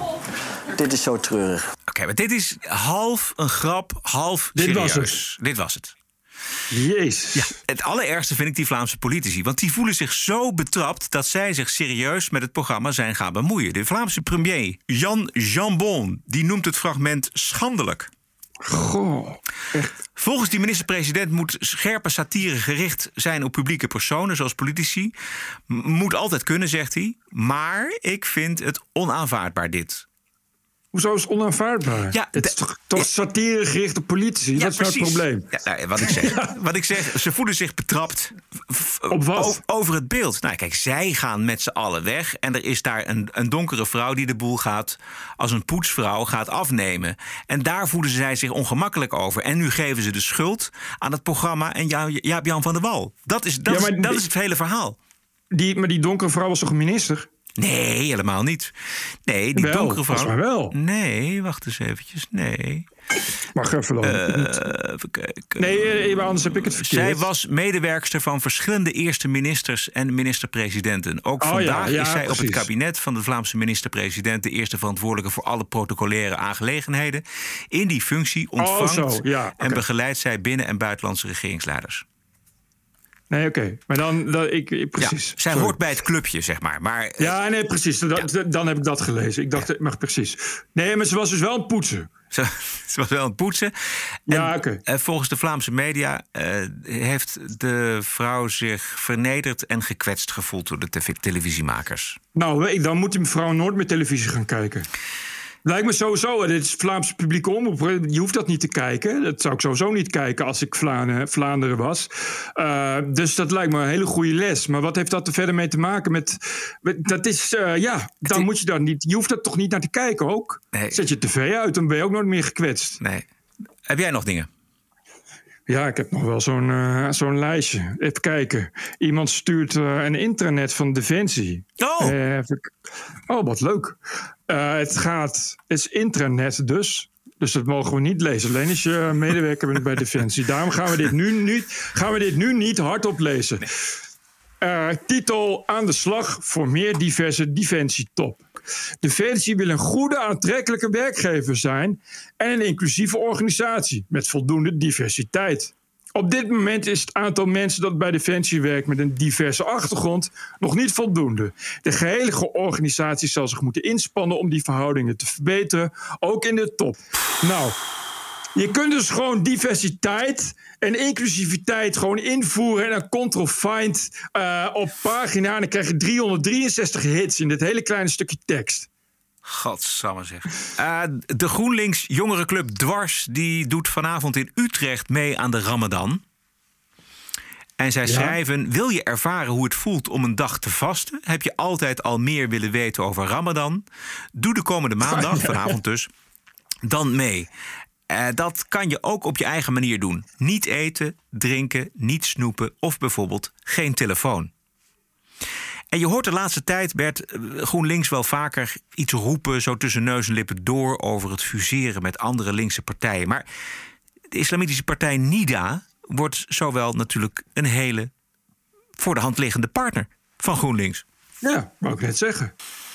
Dit is zo treurig. Oké, okay, maar dit is half een grap, half dit serieus. Was het. Dit was het. Jezus. Ja, het allerergste vind ik die Vlaamse politici. Want die voelen zich zo betrapt dat zij zich serieus met het programma zijn gaan bemoeien. De Vlaamse premier Jan Jambon die noemt het fragment schandelijk. Goh, echt. Volgens die minister-president moet scherpe satire gericht zijn op publieke personen, zoals politici. Moet altijd kunnen, zegt hij. Maar ik vind het onaanvaardbaar dit. Hoezo is het onaanvaardbaar? Ja, het is toch, toch satire gericht op politici? Ja, dat is nou het probleem. Ja, nou, wat, ik zeg, ja. wat ik zeg, ze voelen zich betrapt op wat? over het beeld. Nou, kijk, zij gaan met z'n allen weg. En er is daar een, een donkere vrouw die de boel gaat als een poetsvrouw gaat afnemen. En daar voelen zij zich ongemakkelijk over. En nu geven ze de schuld aan het programma en Jaap Jan van der Wal. Dat is, dat ja, is, dat is het hele verhaal. Die, maar die donkere vrouw was toch een minister? Nee, helemaal niet. Nee, die wel, donkere vrouw... volgens mij wel. Nee, wacht eens eventjes. Nee. Mag even dan. Uh, even kijken. Nee, anders heb ik het verkeerd. Zij was medewerkster van verschillende eerste ministers en minister-presidenten. Ook oh, vandaag ja, ja, is zij precies. op het kabinet van de Vlaamse minister-president... de eerste verantwoordelijke voor alle protocolaire aangelegenheden. In die functie ontvangt oh, zo. Ja, okay. en begeleidt zij binnen- en buitenlandse regeringsleiders. Nee, oké. Okay. Maar dan, dan ik, ik precies. Ja, zij Sorry. hoort bij het clubje, zeg maar. maar ja, nee, precies. Dat, ja. Dan heb ik dat gelezen. Ik dacht, ja. maar precies. Nee, maar ze was dus wel aan het poetsen. Ze, ze was wel aan het poetsen. Ja, oké. Okay. Volgens de Vlaamse media uh, heeft de vrouw zich vernederd en gekwetst gevoeld door de te- televisiemakers. Nou, dan moet die mevrouw nooit meer televisie gaan kijken. Lijkt me sowieso, dit is Vlaamse publieke omroep. Je hoeft dat niet te kijken. Dat zou ik sowieso niet kijken als ik Vlaanderen, Vlaanderen was. Uh, dus dat lijkt me een hele goede les. Maar wat heeft dat er verder mee te maken met... met dat is, uh, ja, dan moet je daar niet... Je hoeft er toch niet naar te kijken ook? Nee. Zet je tv uit, dan ben je ook nooit meer gekwetst. Nee. Heb jij nog dingen? Ja, ik heb nog wel zo'n, uh, zo'n lijstje. Even kijken. Iemand stuurt uh, een intranet van Defensie. Oh! Uh, even... Oh, wat leuk. Uh, het gaat... Het is intranet dus. Dus dat mogen we niet lezen. Alleen als je medewerker bent bij Defensie. Daarom gaan we dit nu, nu, gaan we dit nu niet hardop lezen. Uh, titel: Aan de slag voor meer diverse Defensie-top. Defensie wil een goede, aantrekkelijke werkgever zijn en een inclusieve organisatie met voldoende diversiteit. Op dit moment is het aantal mensen dat bij Defensie werkt met een diverse achtergrond nog niet voldoende. De gehele organisatie zal zich moeten inspannen om die verhoudingen te verbeteren, ook in de top. Nou, je kunt dus gewoon diversiteit en inclusiviteit gewoon invoeren en dan control-find uh, op pagina. En dan krijg je driehonderddrieënzestig hits in dit hele kleine stukje tekst. Godsamme zeg. Uh, de GroenLinks jongerenclub Dwars die doet vanavond in Utrecht mee aan de Ramadan. En zij ja. schrijven: wil je ervaren hoe het voelt om een dag te vasten? Heb je altijd al meer willen weten over Ramadan? Doe de komende maandag, vanavond dus, dan mee. Uh, dat kan je ook op je eigen manier doen. Niet eten, drinken, niet snoepen of bijvoorbeeld geen telefoon. En je hoort de laatste tijd, Bert, GroenLinks wel vaker iets roepen, zo tussen neus en lippen door, over het fuseren met andere linkse partijen. Maar de islamitische partij NIDA wordt zowel natuurlijk een hele voor de hand liggende partner van GroenLinks. Ja, wou ik net zeggen.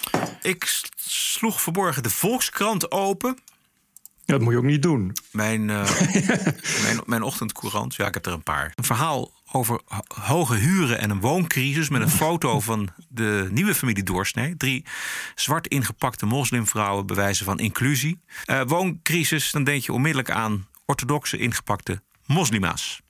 Ik sloeg vanmorgen de Volkskrant open. Ja, dat moet je ook niet doen. Mijn, uh, mijn, mijn ochtendcourant, ja, ik heb er een paar. Een verhaal over hoge huren en een wooncrisis met een foto van de nieuwe familie Doorsnee. Drie zwart ingepakte moslimvrouwen bewijzen van inclusie. Uh, wooncrisis, dan denk je onmiddellijk aan orthodoxe ingepakte moslima's.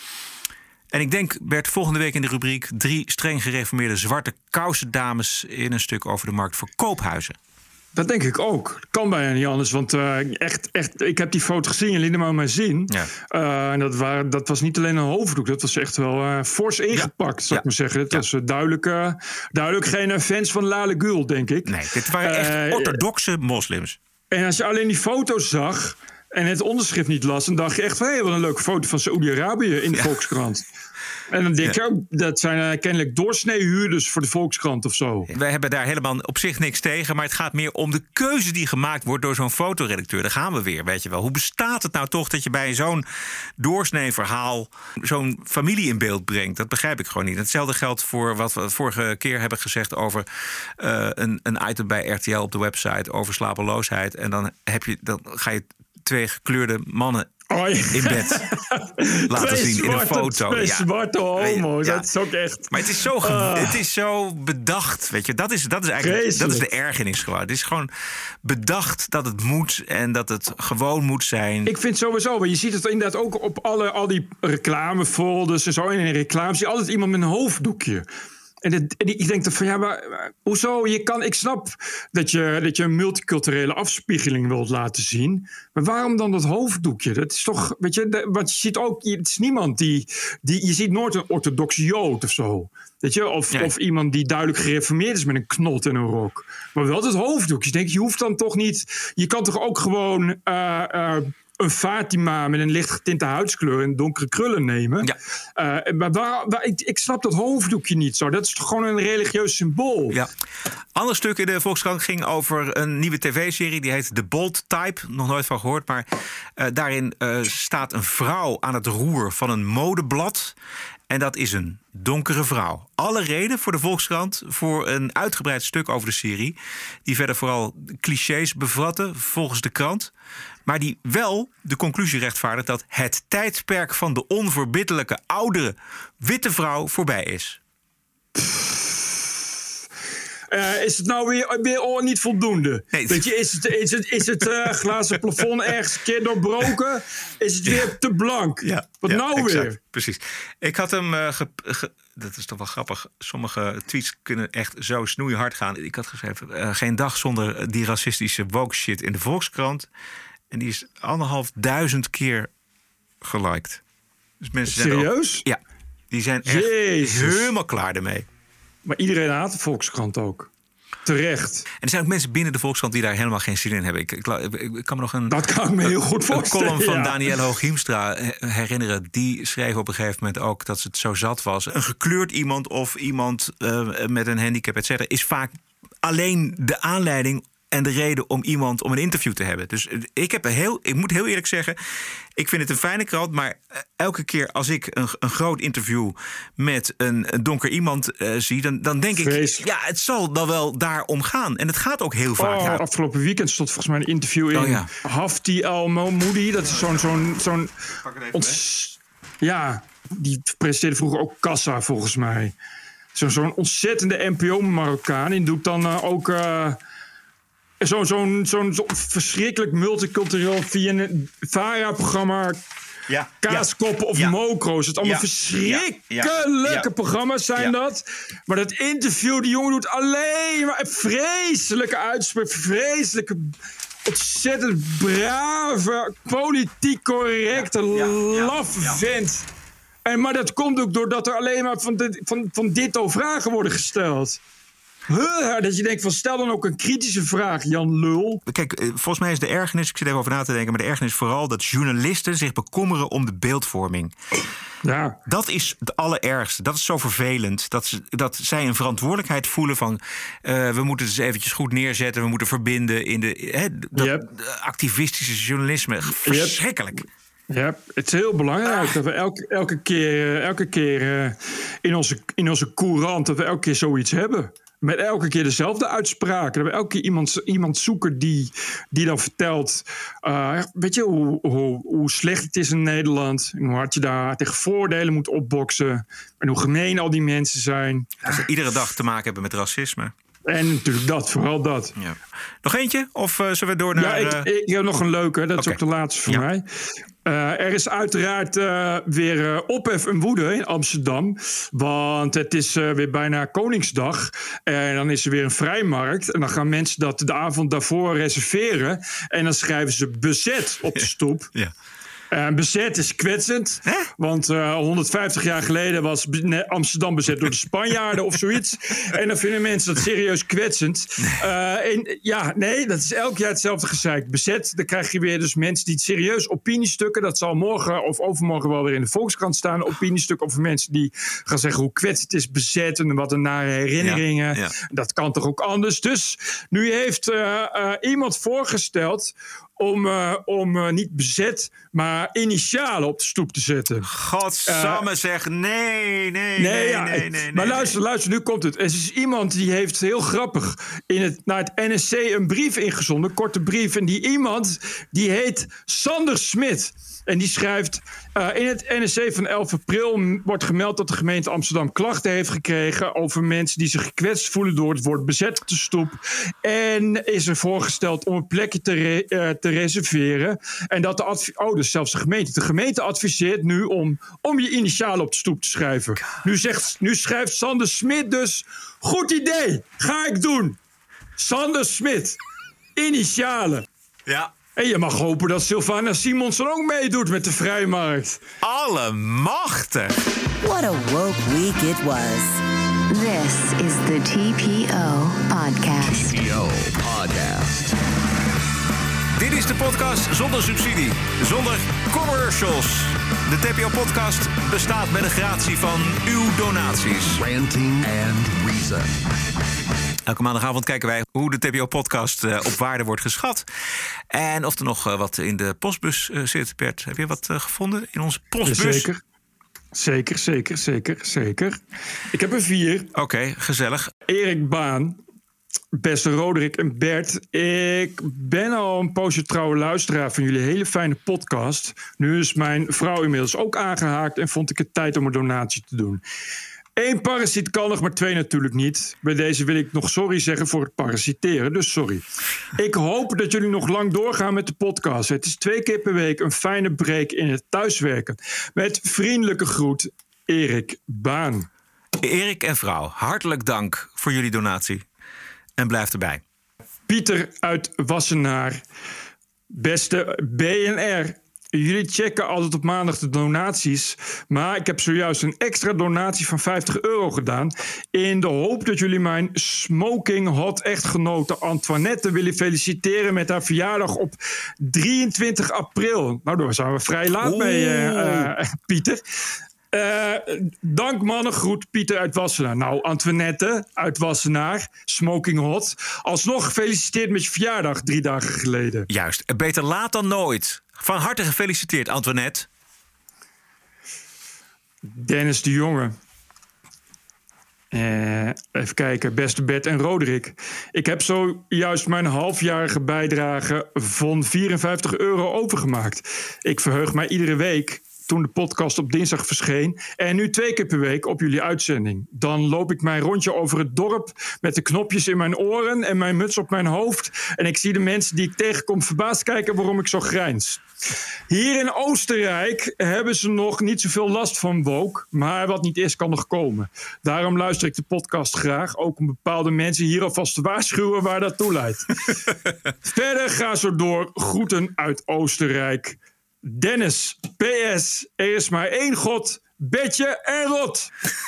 En ik denk, Bert, volgende week in de rubriek drie streng gereformeerde zwarte kousendames in een stuk over de markt voor koophuizen. Dat denk ik ook. Kan bijna niet anders. Want uh, echt, echt, ik heb die foto gezien. Je liet hem aan mij zien. Ja. Uh, en dat, waren, dat was niet alleen een hoofddoek. Dat was echt wel uh, fors ingepakt, ja. zou ik maar zeggen. Het ja. was uh, duidelijk, uh, duidelijk geen uh, fans van Lale Gül, denk ik. Nee, dit waren echt uh, orthodoxe moslims. En als je alleen die foto's zag en het onderschrift niet las, dan dacht je echt van, hé, wat een leuke foto van Saoedi-Arabië in de ja. Volkskrant. En dan denk ja. je ook, dat zijn uh, kennelijk doorsneehuurders voor de Volkskrant of zo. Wij hebben daar helemaal op zich niks tegen, maar het gaat meer om de keuze die gemaakt wordt door zo'n fotoredacteur. Daar gaan we weer, weet je wel. Hoe bestaat het nou toch dat je bij zo'n doorsneeverhaal zo'n familie in beeld brengt? Dat begrijp ik gewoon niet. Hetzelfde geldt voor wat we vorige keer hebben gezegd over uh, een, een item bij R T L op de website over slapeloosheid. En dan, heb je, dan ga je twee gekleurde mannen Oh, ja. in bed laten twee zien zwarte, in een foto. Twee ja. zwarte homo's, ja. dat is ook echt... Maar het is zo, ge- uh. het is zo bedacht, weet je. Dat is, dat is eigenlijk dat is de ergernis gewoon. Het is gewoon bedacht dat het moet en dat het gewoon moet zijn. Ik vind sowieso, maar je ziet het inderdaad ook op alle, al die reclamefolders en zo. En in reclame zie je altijd iemand met een hoofddoekje. En, het, en ik denk dan van, ja, maar, maar hoezo? Je kan, ik snap dat je, dat je een multiculturele afspiegeling wilt laten zien. Maar waarom dan dat hoofddoekje? Dat is toch, weet je, want je ziet ook, het is niemand die, die je ziet nooit een orthodoxe Jood of zo. Weet je, of, nee. of iemand die duidelijk gereformeerd is met een knot en een rok. Maar wel dat hoofddoekje. Ik denk, je hoeft dan toch niet, je kan toch ook gewoon Uh, uh, een Fatima met een licht getinte huidskleur en donkere krullen nemen. Ja. Uh, maar waar, waar, ik, ik snap dat hoofddoekje niet zo. Dat is toch gewoon een religieus symbool. Ja. Ander stuk in de Volkskrant ging over een nieuwe tv-serie. Die heet The Bold Type. Nog nooit van gehoord. Maar uh, daarin uh, staat een vrouw aan het roer van een modeblad. En dat is een donkere vrouw. Alle reden voor de Volkskrant voor een uitgebreid stuk over de serie. Die verder vooral clichés bevatten volgens de krant. Maar die wel de conclusie rechtvaardigt dat het tijdperk van de onverbiddelijke oudere witte vrouw voorbij is. Uh, is het nou weer, weer niet voldoende? Nee. Weet je, is het, is het, is het uh, glazen plafond ergens een keer doorbroken? Is het weer ja. te blank? Ja. Wat ja, nou exact. weer? Precies. Ik had hem... Uh, ge, ge, dat is toch wel grappig. Sommige tweets kunnen echt zo snoeihard gaan. Ik had geschreven, uh, geen dag zonder die racistische woke shit in de Volkskrant. En die is anderhalf duizend keer geliked. Dus mensen zijn serieus? Ook, ja. Die zijn echt Jezus. helemaal klaar ermee. Maar iedereen haat de Volkskrant ook. Terecht. En er zijn ook mensen binnen de Volkskrant die daar helemaal geen zin in hebben. Ik, ik, ik, ik kan me nog een, dat kan ik me heel goed voorstellen. Een column van ja. Danielle Hoog-Hiemstra herinneren. Die schreef op een gegeven moment ook dat ze het zo zat was. Een gekleurd iemand of iemand uh, met een handicap, et cetera, is vaak alleen de aanleiding en de reden om iemand om een interview te hebben. Dus ik, heb een heel, ik moet heel eerlijk zeggen, ik vind het een fijne krant, maar elke keer als ik een, een groot interview met een, een donker iemand uh, zie, dan, dan denk Vrees. ik, ja, het zal dan wel daarom gaan. En het gaat ook heel vaak. Oh, afgelopen weekend stond volgens mij een interview in oh, ja. Hafti El Momoudi. Dat is zo'n zo'n zo'n ont- ja, die presenteerde vroeger ook Kassa volgens mij. Zo, zo'n ontzettende N P O-Marokkaan. Die doet dan uh, ook uh, zo, zo'n, zo'n zo verschrikkelijk multicultureel via een VARA-programma. Ja, Kaaskoppen ja, of ja. Mokro's. Het allemaal ja, verschrikkelijke ja, ja, programma's zijn ja. dat. Maar dat interview, die jongen doet alleen maar vreselijke uitspraken. Vreselijke, ontzettend brave, politiek correcte, ja, ja, ja, laf ja. vent. En, maar dat komt ook doordat er alleen maar van, dit, van, van ditto vragen worden gesteld. Huh, dat je denkt van stel dan ook een kritische vraag, Jan Lul. Kijk, volgens mij is de ergernis, ik zit even over na te denken, maar de ergernis is vooral dat journalisten zich bekommeren om de beeldvorming. Ja. Dat is het allerergste. Dat is zo vervelend. Dat, ze, dat zij een verantwoordelijkheid voelen van Uh, we moeten het eens eventjes goed neerzetten. We moeten verbinden in de, he, dat, yep. de activistische journalisme. Verschrikkelijk. Yep. Ja, het is heel belangrijk dat we elke, elke keer, elke keer uh, in, onze, in onze courant dat we elke keer zoiets hebben. Met elke keer dezelfde uitspraken. Dat we elke keer iemand, iemand zoeken die, die dan vertelt Uh, weet je hoe, hoe, hoe slecht het is in Nederland. En hoe hard je daar tegen voordelen moet opboksen. En hoe gemeen al die mensen zijn. Dat ze iedere dag te maken hebben met racisme. En natuurlijk dat, vooral dat. Ja. Nog eentje? Of uh, zullen we door naar... Ja, ik, ik heb nog een leuke. Dat okay. is ook de laatste voor ja. mij. Uh, er is uiteraard uh, weer uh, ophef en woede in Amsterdam. Want het is uh, weer bijna Koningsdag. En dan is er weer een vrijmarkt. En dan gaan mensen dat de avond daarvoor reserveren. En dan schrijven ze bezet op de stoep. Ja. Uh, bezet is kwetsend. Hè? Want uh, honderdvijftig jaar geleden was Amsterdam bezet door de Spanjaarden of zoiets. En dan vinden mensen dat serieus kwetsend. Uh, en, ja, nee, dat is elk jaar hetzelfde gezeik. Bezet, dan krijg je weer dus mensen die serieus opiniestukken. Dat zal morgen of overmorgen wel weer in de Volkskrant staan. Opiniestukken over mensen die gaan zeggen hoe kwetsend het is bezet. En wat een nare herinneringen. Ja, ja. Dat kan toch ook anders. Dus nu heeft uh, uh, iemand voorgesteld om, uh, om uh, niet bezet, maar initialen op de stoep te zetten. Godsamme uh, zeg, nee, nee, nee, nee, ja, nee, nee. Maar nee, luister, nee. luister, nu komt het. Er is iemand die heeft, heel grappig, in het, naar het N S C een brief ingezonden, een korte brief. En die iemand, die heet Sander Smit. En die schrijft, uh, in het N S C van elf april wordt gemeld dat de gemeente Amsterdam klachten heeft gekregen over mensen die zich gekwetst voelen door het woord bezet op de stoep. En is er voorgesteld om een plekje te, re- uh, te reserveren. En dat de adv- oh, dus zelfs de gemeente. De gemeente adviseert nu om, om je initialen op de stoep te schrijven. Nu, zegt, nu schrijft Sander Smit dus, goed idee, ga ik doen. Sander Smit, initialen. Ja. En je mag hopen dat Sylvana Simonsen ook meedoet met de vrijmarkt. Allemachtig! What a woke week it was. This is the T P O Podcast. T P O Podcast. Dit is de podcast zonder subsidie, zonder commercials. De T P O Podcast bestaat met de gratie van uw donaties. Ranting and Reason. Elke maandagavond kijken wij hoe de T P O-podcast uh, op waarde wordt geschat. En of er nog uh, wat in de postbus uh, zit. Bert, heb je wat uh, gevonden in onze postbus? Zeker. Zeker, zeker, zeker, zeker. Ik heb er vier. Oké, okay, gezellig. Erik Baan, beste Roderick en Bert. Ik ben al een poosje trouwe luisteraar van jullie hele fijne podcast. Nu is mijn vrouw inmiddels ook aangehaakt en vond ik het tijd om een donatie te doen. Eén parasiet kan nog, maar twee natuurlijk niet. Bij deze wil ik nog sorry zeggen voor het parasiteren, dus sorry. Ik hoop dat jullie nog lang doorgaan met de podcast. Het is twee keer per week een fijne break in het thuiswerken. Met vriendelijke groet, Erik Baan. Erik en vrouw, hartelijk dank voor jullie donatie. En blijf erbij. Pieter uit Wassenaar. Beste B N R. Jullie checken altijd op maandag de donaties. Maar ik heb zojuist een extra donatie van vijftig euro gedaan. In de hoop dat jullie mijn smoking hot echtgenote Antoinette willen feliciteren met haar verjaardag op drieëntwintig april. Nou, daar zijn we vrij laat Oeh. mee, uh, uh, Pieter. Uh, dank mannen, groet Pieter uit Wassenaar. Nou, Antoinette uit Wassenaar, smoking hot. Alsnog gefeliciteerd met je verjaardag drie dagen geleden. Juist, beter laat dan nooit. Van harte gefeliciteerd, Antoinette. Dennis de Jonge. Uh, even kijken, beste Bert en Roderick. Ik heb zojuist mijn halfjarige bijdrage van vierenvijftig euro overgemaakt. Ik verheug mij iedere week toen de podcast op dinsdag verscheen. En nu twee keer per week op jullie uitzending. Dan loop ik mijn rondje over het dorp met de knopjes in mijn oren en mijn muts op mijn hoofd. En ik zie de mensen die ik tegenkom verbaasd kijken waarom ik zo grijns. Hier in Oostenrijk hebben ze nog niet zoveel last van woke. Maar wat niet is, kan nog komen. Daarom luister ik de podcast graag. Ook om bepaalde mensen hier alvast te waarschuwen waar dat toe leidt. Verder ga zo door. Groeten uit Oostenrijk. Dennis, P S, er is maar één God, Betje en Rot.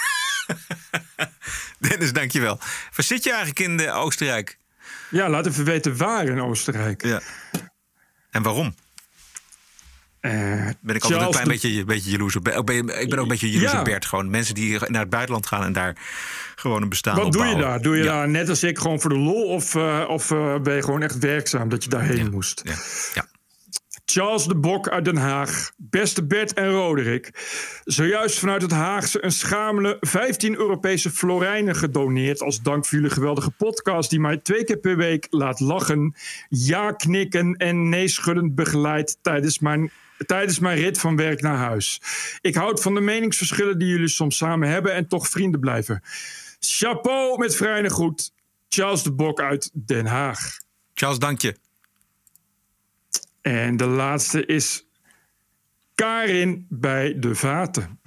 Dennis, dankjewel. Waar zit je eigenlijk in de Oostenrijk? Ja, laat even weten waar in Oostenrijk. Ja. En waarom? Uh, ben ik altijd een klein de... beetje, beetje jaloers op. Ik ben, ik ben ook een beetje jaloers ja. op Bert. Gewoon mensen die naar het buitenland gaan en daar gewoon een bestaan Wat opbouwen. doe je daar? Doe je ja. daar net als ik gewoon voor de lol? Of, uh, of uh, ben je gewoon echt werkzaam dat je daarheen ja. moest? Ja. ja. Charles de Bok uit Den Haag. Beste Bert en Roderick. Zojuist vanuit het Haagse een schamele vijftien Europese florijnen gedoneerd als dank voor jullie geweldige podcast die mij twee keer per week laat lachen, ja knikken en nee schuddend begeleidt tijdens mijn, tijdens mijn rit van werk naar huis. Ik houd van de meningsverschillen die jullie soms samen hebben en toch vrienden blijven. Chapeau met vrije groet. Charles de Bok uit Den Haag. Charles, dank je. En de laatste is Karin bij de Vaten.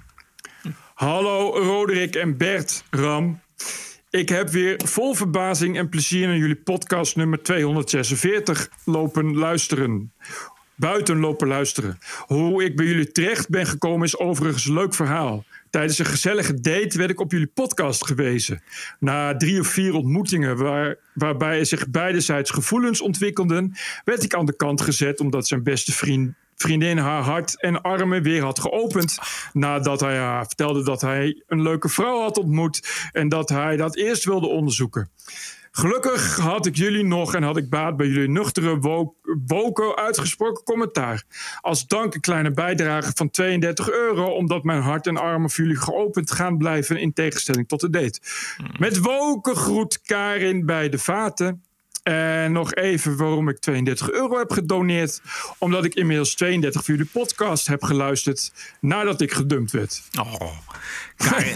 Hallo Roderick en Bert, Ram. Ik heb weer vol verbazing en plezier naar jullie podcast nummer tweehonderdzesenveertig lopen luisteren. Buiten lopen luisteren. Hoe ik bij jullie terecht ben gekomen is overigens een leuk verhaal. Tijdens een gezellige date werd ik op jullie podcast gewezen. Na drie of vier ontmoetingen waar, waarbij zich beidezijds gevoelens ontwikkelden, werd ik aan de kant gezet omdat zijn beste vriend, vriendin haar hart en armen weer had geopend. Nadat hij haar vertelde dat hij een leuke vrouw had ontmoet en dat hij dat eerst wilde onderzoeken. Gelukkig had ik jullie nog en had ik baat bij jullie nuchtere, woke, uitgesproken commentaar. Als dank een kleine bijdrage van tweeëndertig euro... omdat mijn hart en armen voor jullie geopend gaan blijven in tegenstelling tot de date. Met woke groet Karin bij de Vaten. En nog even waarom ik tweeëndertig euro heb gedoneerd. Omdat ik inmiddels tweeëndertig voor jullie podcast heb geluisterd nadat ik gedumpt werd. Oh, Karin,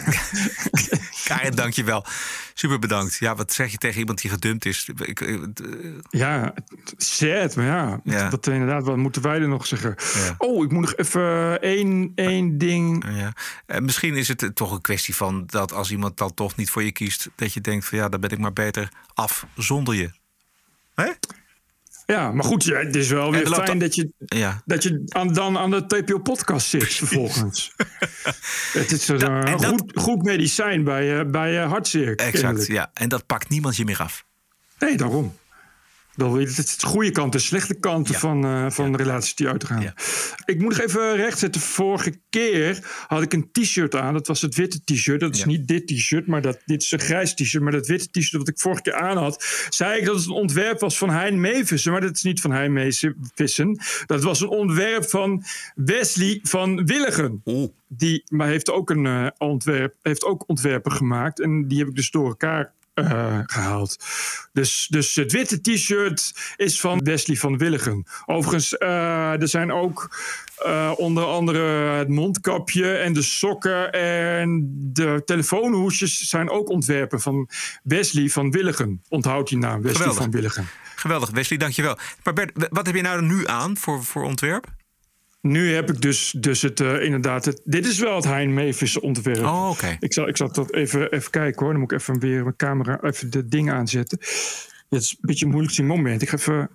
Karin, dank je wel. Super bedankt. Ja, wat zeg je tegen iemand die gedumpt is? Ik, uh, ja, sad, maar ja. ja. Dat, inderdaad, wat moeten wij er nog zeggen? Ja. Oh, ik moet nog even één, één ding... Ja. Uh, misschien is het toch een kwestie van dat als iemand dan toch niet voor je kiest, dat je denkt van ja, dan ben ik maar beter af zonder je. Hè? Ja, maar goed, ja, het is wel weer fijn dan... dat je, ja. dat je aan, dan aan de T P O-podcast zit vervolgens. Het is een da, goed, dat... goed medicijn bij, uh, bij uh, hartzeer. Exact, kennelijk. Ja. En dat pakt niemand je meer af. Nee, daarom. Het is de goede kant, de slechte kanten ja. van, uh, van ja. de relaties die uitgaan. Ja. Ik moet nog even rechtzetten. Vorige keer had ik een t-shirt aan. Dat was het witte t-shirt. Dat is ja. niet dit t-shirt, maar dat, dit is een grijs t-shirt. Maar dat witte t-shirt wat ik vorige keer aan had, zei ik dat het een ontwerp was van Hein Meevissen. Maar dat is niet van Hein Meevissen. Dat was een ontwerp van Wesley van Willigen. Oh. Die maar heeft, ook een, uh, ontwerp, heeft ook ontwerpen gemaakt. En die heb ik dus door elkaar Uh, gehaald. Dus, dus het witte t-shirt is van Wesley van Willigen. Overigens, uh, er zijn ook uh, onder andere het mondkapje en de sokken en de telefoonhoesjes zijn ook ontwerpen van Wesley van Willigen. Onthoud die naam, Wesley Geweldig. van Willigen. Geweldig, Wesley, dankjewel. Maar Bert, wat heb je nou nu aan voor, voor ontwerp? Nu heb ik dus, dus het uh, inderdaad... Het, dit is wel het Hein Meevissen ontwerp. Oh, oké. Okay. Ik zal, ik zal dat even, even kijken hoor. Dan moet ik even weer mijn camera... even de ding aanzetten. Het is een beetje een moeilijk moment. Ik ga even...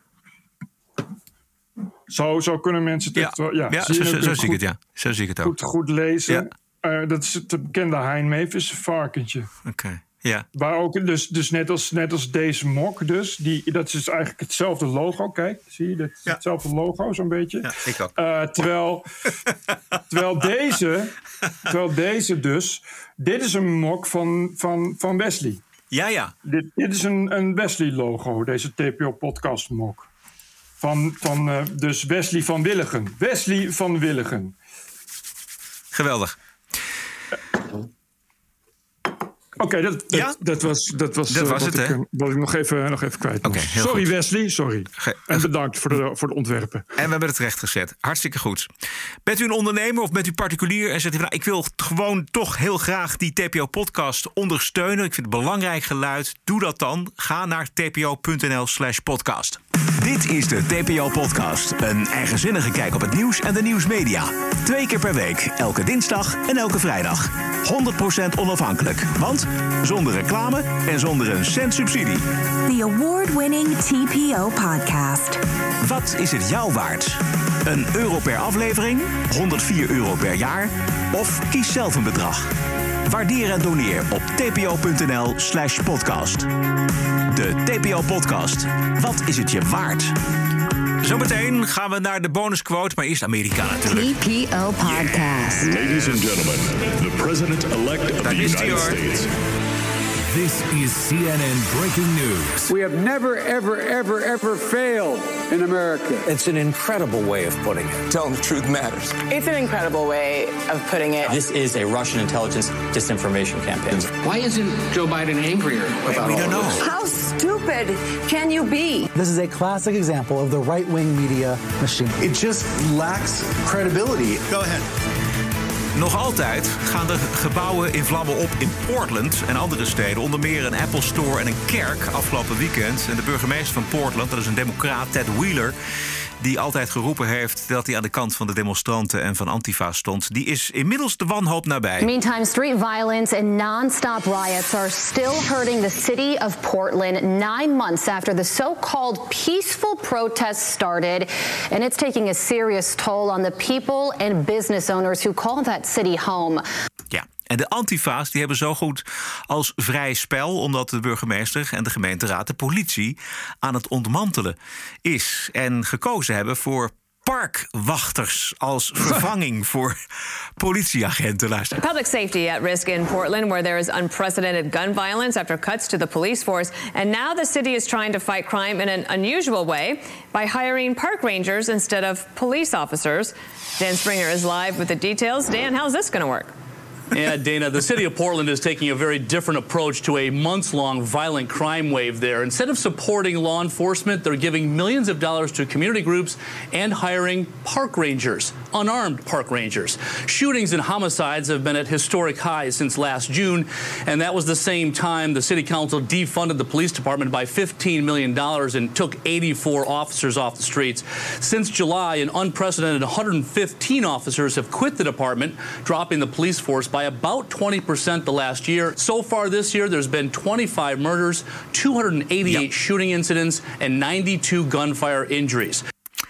Zo, zo kunnen mensen het... Ja, echt, ja, ja zo, zo, zo, zo zie ik het, ja. Zo zie ik het ook. Goed, goed lezen. Ja. Uh, dat is het bekende Hein Meevissen varkentje. Oké. Okay. Ja. Waar ook, dus, dus net, als, net als deze mok, dus, die, dat is dus eigenlijk hetzelfde logo. Kijk, zie je? Dat is ja. hetzelfde logo, zo'n beetje. Ja, ik ook. Uh, terwijl, terwijl, deze, terwijl deze dus... Dit is een mok van, van, van Wesley. Ja, ja. Dit, dit is een, een Wesley-logo, deze T P O-podcast-mok. Van, van uh, dus Wesley van Willigen. Wesley van Willigen. Geweldig. Oké, okay, dat, dat, ja? dat was, dat was, dat uh, was wat, het, ik, wat ik nog even, nog even kwijt okay, Sorry goed. Wesley, sorry. Ge- en bedankt voor de, voor de ontwerpen. En we hebben het recht gezet. Hartstikke goed. Bent u een ondernemer of bent u particulier en zegt u, nou, ik wil gewoon toch heel graag die T P O-podcast ondersteunen. Ik vind het belangrijk geluid. Doe dat dan. Ga naar tpo.nl slash podcast. Dit is de T P O-podcast. Een eigenzinnige kijk op het nieuws en de nieuwsmedia. Twee keer per week, elke dinsdag en elke vrijdag. honderd procent onafhankelijk. Want zonder reclame en zonder een cent subsidie. The award-winning T P O-podcast. Wat is het jou waard? Een euro per aflevering? honderdvier euro per jaar? Of kies zelf een bedrag? Waardeer en doneer op tpo.nl slash podcast. De T P O-podcast. Wat is het je waard? Zometeen gaan we naar de bonusquote, maar eerst Amerika natuurlijk. T P O Podcast. Yeah. Ladies and gentlemen, the president-elect of the United States. This is C N N Breaking News. We have never, ever, ever, ever failed in America. It's an incredible way of putting it. Telling the truth matters. It's an incredible way of putting it. This is a Russian intelligence disinformation campaign. Why isn't Joe Biden angrier about we all don't know. this? How stupid can you be? This is a classic example of the right-wing media machine. It just lacks credibility. Go ahead. Nog altijd gaan de gebouwen in vlammen op in Portland en andere steden. Onder meer een Apple Store en een kerk afgelopen weekend. En de burgemeester van Portland, dat is een democraat, Ted Wheeler, die altijd geroepen heeft dat hij aan de kant van de demonstranten en van Antifa stond, die is inmiddels de wanhoop nabij. Meantime, street violence and non-stop riots are still hurting the city of Portland nine months after the so-called peaceful protests started. And it's taking a serious toll on the people and business owners who call that city home. Ja. En de Antifa's die hebben zo goed als vrij spel, omdat de burgemeester en de gemeenteraad de politie aan het ontmantelen is. En gekozen hebben voor parkwachters als vervanging voor politieagenten. Luister. Public safety at risk in Portland, where there is unprecedented gun violence after cuts to the police force. And now the city is trying to fight crime in an unusual way by hiring park rangers instead of police officers. Dan Springer is live with the details. Dan, how's this going to work? Yeah, Dana, the city of Portland is taking a very different approach to a months-long violent crime wave there. Instead of supporting law enforcement, they're giving millions of dollars to community groups and hiring park rangers, unarmed park rangers. Shootings and homicides have been at historic highs since last June, and that was the same time the city council defunded the police department by fifteen million dollars and took eighty-four officers off the streets. Since July, an unprecedented one hundred fifteen officers have quit the department, dropping the police force by by about twenty percent the last year. So far this year, there's been twenty-five murders, two hundred eighty-eight yep. shooting incidents, and ninety-two gunfire injuries.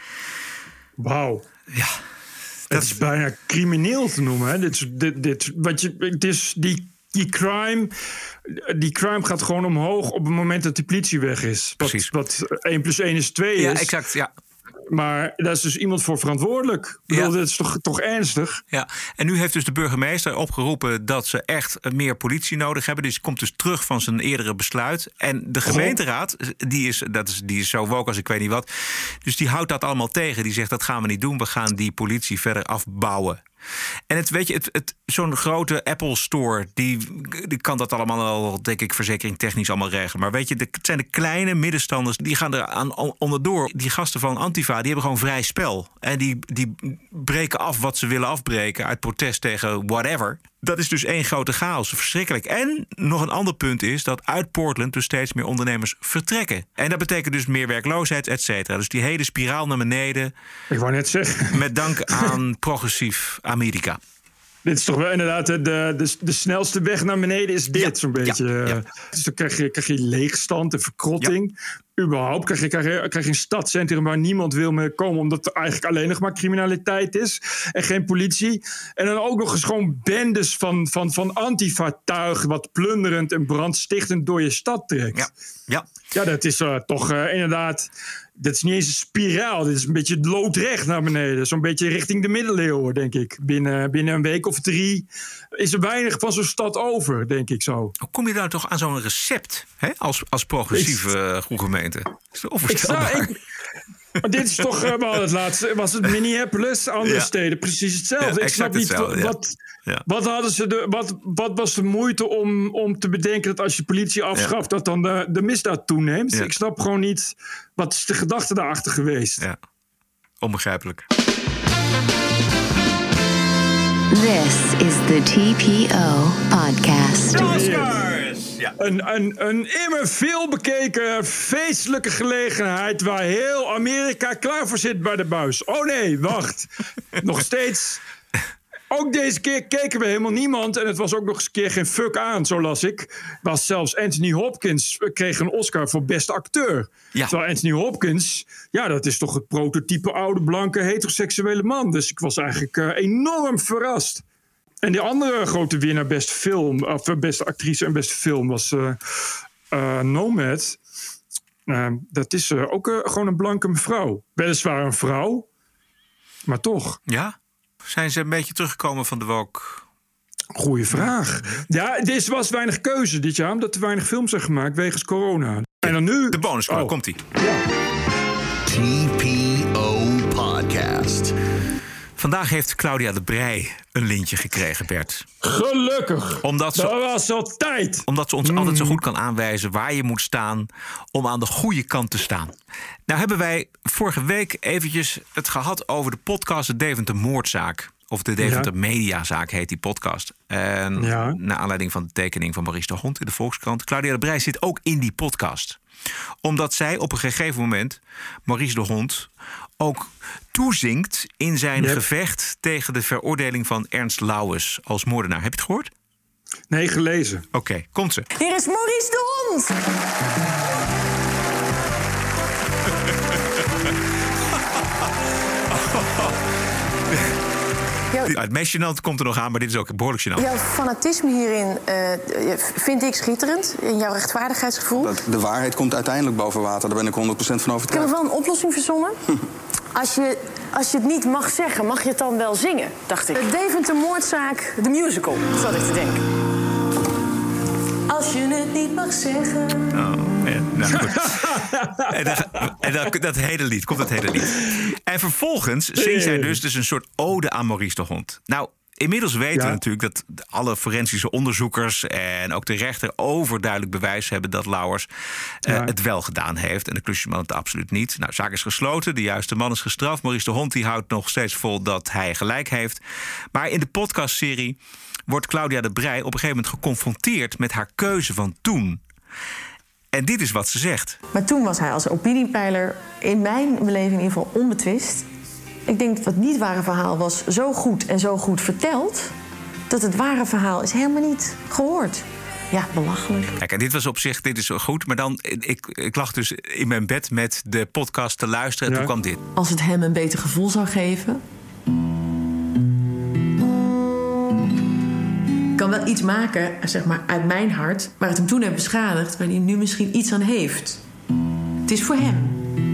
Wauw. Ja. Dat is bijna crimineel te noemen. Hè? Dit, dit, dit, wat je, het is die, die crime... Die crime gaat gewoon omhoog op het moment dat de politie weg is. Precies. Wat, wat één plus één is twee ja, is. Exact, ja. Maar daar is dus iemand voor verantwoordelijk. Ik bedoel, ja. Dat is toch, toch ernstig? Ja, en nu heeft dus de burgemeester opgeroepen dat ze echt meer politie nodig hebben. Dus hij komt dus terug van zijn eerdere besluit. En de gemeenteraad, die is, dat is, die is zo woke als ik weet niet wat. Dus die houdt dat allemaal tegen. Die zegt, dat gaan we niet doen. We gaan die politie verder afbouwen. En het, weet je, het, het, zo'n grote Apple Store, die, die kan dat allemaal al, denk ik, verzekeringtechnisch allemaal regelen. Maar weet je, de, het zijn de kleine middenstanders, die gaan er aan onderdoor. Die gasten van Antifa, die hebben gewoon vrij spel. En die, die breken af wat ze willen afbreken uit protest tegen whatever. Dat is dus één grote chaos, verschrikkelijk. En nog een ander punt is dat uit Portland dus steeds meer ondernemers vertrekken. En dat betekent dus meer werkloosheid, et cetera. Dus die hele spiraal naar beneden. Ik wou net zeggen. Met dank aan progressief Amerika. Dit is toch wel inderdaad de, de, de snelste weg naar beneden is dit, ja, zo'n beetje. Ja, ja. Dus dan krijg je, krijg je leegstand en verkrotting. Ja. Überhaupt krijg je, krijg, je, krijg je een stadscentrum waar niemand wil meer komen, omdat er eigenlijk alleen nog maar criminaliteit is en geen politie. En dan ook nog eens gewoon bendes van, van, van antifa-tuig wat plunderend en brandstichtend door je stad trekt. Ja, ja. ja dat is uh, toch uh, inderdaad... Dat is niet eens een spiraal. Dit is een beetje loodrecht naar beneden. Zo'n beetje richting de middeleeuwen, denk ik. Binnen, binnen een week of drie is er weinig van zo'n stad over, denk ik zo. Hoe kom je nou toch aan zo'n recept, hè? Als, als progressieve uh, goede gemeente? Is dat onvoorstelbaar? Ik, ik, maar dit is toch, uh, we hadden het laatst, was het Minneapolis, andere ja. steden, precies hetzelfde. Ja, ik snap niet hetzelfde, wat, ja. Ja. wat, hadden ze de, wat, wat was de moeite om, om te bedenken dat als je politie afschaft, ja. dat dan de, de misdaad toeneemt. Ja. Ik snap gewoon niet, wat is de gedachte daarachter geweest? Ja, onbegrijpelijk. This is the T P O podcast. Ja. Een, een, een immer veel bekeken feestelijke gelegenheid waar heel Amerika klaar voor zit bij de buis. Oh nee, wacht. Nog steeds. Ook deze keer keken we helemaal niemand. En het was ook nog eens een keer geen fuck aan, zo las ik. Was zelfs Anthony Hopkins kreeg een Oscar voor beste acteur. Ja. Terwijl Anthony Hopkins, ja, dat is toch het prototype oude, blanke, heteroseksuele man. Dus ik was eigenlijk uh, enorm verrast. En die andere grote winnaar beste film, of beste actrice en beste film was uh, uh, Nomad. Uh, dat is uh, ook uh, gewoon een blanke mevrouw. Weliswaar een vrouw, maar toch. Ja? Zijn ze een beetje teruggekomen van de woke? Goeie vraag. Ja, er was weinig keuze dit jaar, omdat er weinig films zijn gemaakt wegens corona. En dan nu... De bonuscode, oh. Komt-ie. Ja. T P O Podcast. Vandaag heeft Claudia de Breij een lintje gekregen, Bert. Gelukkig. Omdat ze, dat was al tijd. Omdat ze ons mm. altijd zo goed kan aanwijzen waar je moet staan om aan de goede kant te staan. Nou hebben wij vorige week eventjes het gehad over de podcast De Deventer Moordzaak. Of de Deventer ja. Mediazaak heet die podcast. En ja. naar aanleiding van de tekening van Maurice de Hond in de Volkskrant. Claudia de Breij zit ook in die podcast. Omdat zij op een gegeven moment Maurice de Hond ook toezingt in zijn yep. gevecht tegen de veroordeling van Ernst Lauwers als moordenaar. Heb je het gehoord? Nee, gelezen. Oké, okay, komt ze. Hier is Maurice de Hond. Ja, het meest gênant komt er nog aan, maar dit is ook behoorlijk gênant. Jouw fanatisme hierin uh, vind ik schitterend. In jouw rechtvaardigheidsgevoel. Dat de waarheid komt uiteindelijk boven water. Daar ben ik honderd procent van overtuigd. Ik heb wel een oplossing verzonnen. Hm. Als je, als je het niet mag zeggen, mag je het dan wel zingen, dacht ik. De Deventer Moordzaak, de musical, zat ik te denken. Als je het niet mag zeggen. Oh, ja, nou goed. en dat, en dat, dat hele lied, komt dat hele lied. En vervolgens zingt zij dus, dus een soort ode aan Maurice de Hond. Nou, inmiddels weten ja. we natuurlijk dat alle forensische onderzoekers en ook de rechter overduidelijk bewijs hebben dat Lauwers ja. uh, het wel gedaan heeft. En de klusjesman het absoluut niet. Nou, zaak is gesloten, de juiste man is gestraft. Maurice de Hond die houdt nog steeds vol dat hij gelijk heeft. Maar in de podcastserie wordt Claudia de Breij op een gegeven moment geconfronteerd met haar keuze van toen. En dit is wat ze zegt. Maar toen was hij als opiniepeiler in mijn beleving in ieder geval onbetwist. Ik denk dat het niet ware verhaal was zo goed en zo goed verteld, dat het ware verhaal is helemaal niet gehoord. Ja, belachelijk. Kijk, en dit was op zich, dit is zo goed. Maar dan, ik, ik lag dus in mijn bed met de podcast te luisteren en ja. toen kwam dit. Als het hem een beter gevoel zou geven. Ik kan wel iets maken, zeg maar, uit mijn hart, waar het hem toen heeft beschadigd, waar hij nu misschien iets aan heeft. Het is voor hem.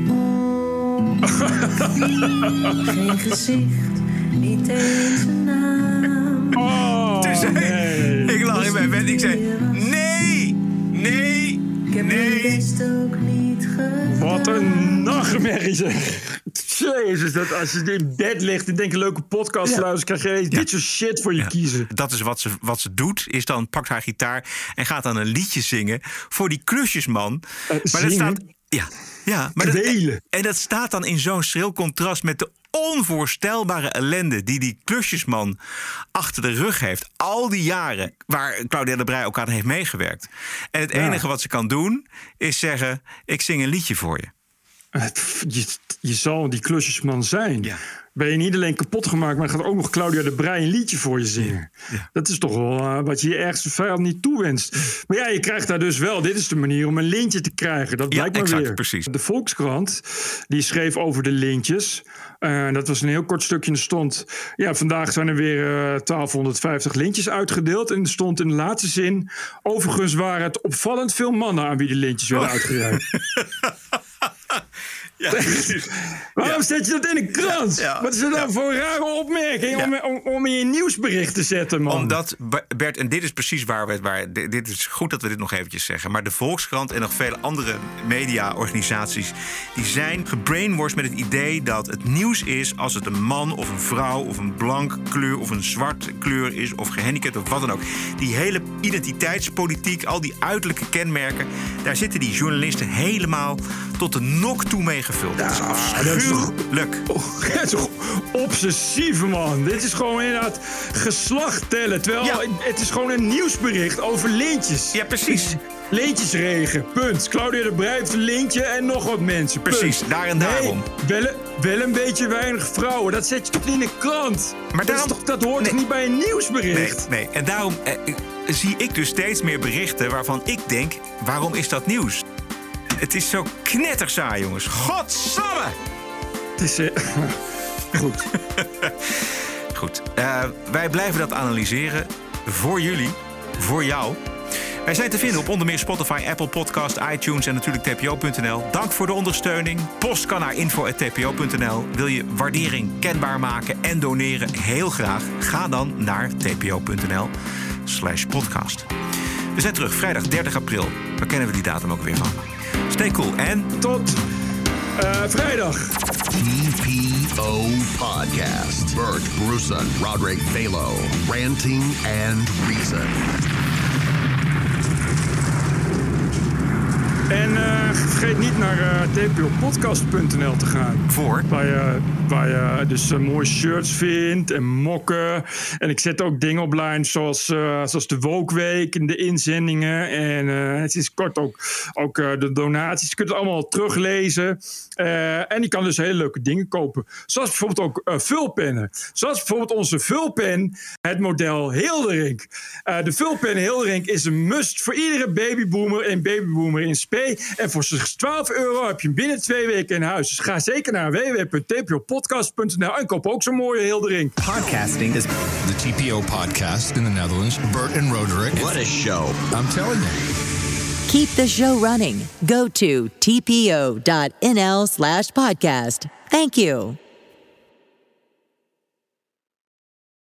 Geen gezicht, niet eens een naam. Oh, dus, nee. Ik lag in mijn bed en ik zei, nee, nee, ik heb nee. mijn best ook niet gedaan. Wat een nachtmerrie zeg. Jezus, dat als je in bed ligt en denkt een leuke podcast ja. luistert, krijg je ja. dit soort shit voor je ja. kiezen. Dat is wat ze, wat ze doet, is dan pakt haar gitaar en gaat dan een liedje zingen voor die klusjesman. Uh, maar zingen? dat staat, ja, ja, maar dat, en, en dat staat dan in zo'n schril contrast met de onvoorstelbare ellende die die klusjesman achter de rug heeft. Al die jaren waar Claudia de Breij ook aan heeft meegewerkt. En het enige ja. wat ze kan doen is zeggen, ik zing een liedje voor je. Je, je zal die klusjesman zijn. Ja. Ben je niet alleen kapot gemaakt, maar gaat ook nog Claudia de Breij een liedje voor je zingen. Ja. Ja. Dat is toch wel uh, wat je je ergste vijand niet toewenst. Maar ja, je krijgt daar dus wel. Dit is de manier om een lintje te krijgen. Dat blijkt ja, maar exact, weer. Precies. De Volkskrant die schreef over de lintjes. Uh, dat was een heel kort stukje. Er stond, ja, vandaag zijn er weer uh, twaalfhonderdvijftig lintjes uitgedeeld. En er stond in de laatste zin: overigens waren het opvallend veel mannen aan wie de lintjes werden oh. uitgereikt. Ja, waarom ja. zet je dat in een krant? Ja, ja, Wat is er dan ja. voor een rare opmerking ja. om, om, om in je nieuwsbericht te zetten, man? Omdat, Bert, en dit is precies waar we... Waar, dit is goed dat we dit nog eventjes zeggen... maar de Volkskrant en nog vele andere mediaorganisaties... die zijn gebrainwashed met het idee dat het nieuws is... als het een man of een vrouw of een blank kleur of een zwart kleur is... of gehandicapt of wat dan ook. Die hele identiteitspolitiek, al die uiterlijke kenmerken... daar zitten die journalisten helemaal tot de nok toe mee gevuld. Dat is afschuwelijk. Dat is toch obsessief, man. Dit is gewoon inderdaad geslacht tellen. Terwijl ja. het is gewoon een nieuwsbericht over lintjes. Ja, precies. Lintjesregen, punt. Claudia de Breij heeft een lintje en nog wat mensen, punt. Precies, daar en daarom. Nee, wel, wel een beetje weinig vrouwen. Dat zet je toch in de krant? Maar daarom, dat, is toch, dat hoort nee, toch niet bij een nieuwsbericht? Nee, nee. En daarom eh, zie ik dus steeds meer berichten waarvan ik denk... waarom is dat nieuws? Het is zo knettersaai, jongens. Godsamme! Het is... Uh, goed. Goed. Uh, wij blijven dat analyseren. Voor jullie. Voor jou. Wij zijn te vinden op onder meer Spotify, Apple Podcast, iTunes en natuurlijk T P O punt n l. Dank voor de ondersteuning. Post kan naar info at t p o punt n l. Wil je waardering kenbaar maken en doneren? Heel graag. Ga dan naar t p o punt n l slash podcast. We zijn terug vrijdag dertig april. Waar kennen we die datum ook weer van? Stay cool en tot uh, vrijdag. T P O Podcast. Bert Brussen, Roderick Balo, Ranting and Reason. En uh, vergeet niet naar uh, t p o podcast punt n l te gaan. Voor? Waar je, waar je dus uh, mooie shirts vindt en mokken. En ik zet ook dingen online zoals, uh, zoals de Woke Week en de inzendingen. En uh, het is kort ook, ook uh, de donaties. Je kunt het allemaal teruglezen. Uh, en je kan dus hele leuke dingen kopen. Zoals bijvoorbeeld ook uh, vulpennen. Zoals bijvoorbeeld onze vulpen, het model Hilderink. Uh, de vulpen Hilderink is een must voor iedere babyboomer en babyboomer in spe. En voor slechts twaalf euro heb je hem binnen twee weken in huis. Dus ga zeker naar w w w punt t p o podcast punt n l en koop ook zo'n mooie Hilderink. Podcasting is the T P O podcast in the Netherlands. Bert and Roderick. What a show. I'm telling you. Keep the show running. Go to t p o dot n l slash podcast. Thank you.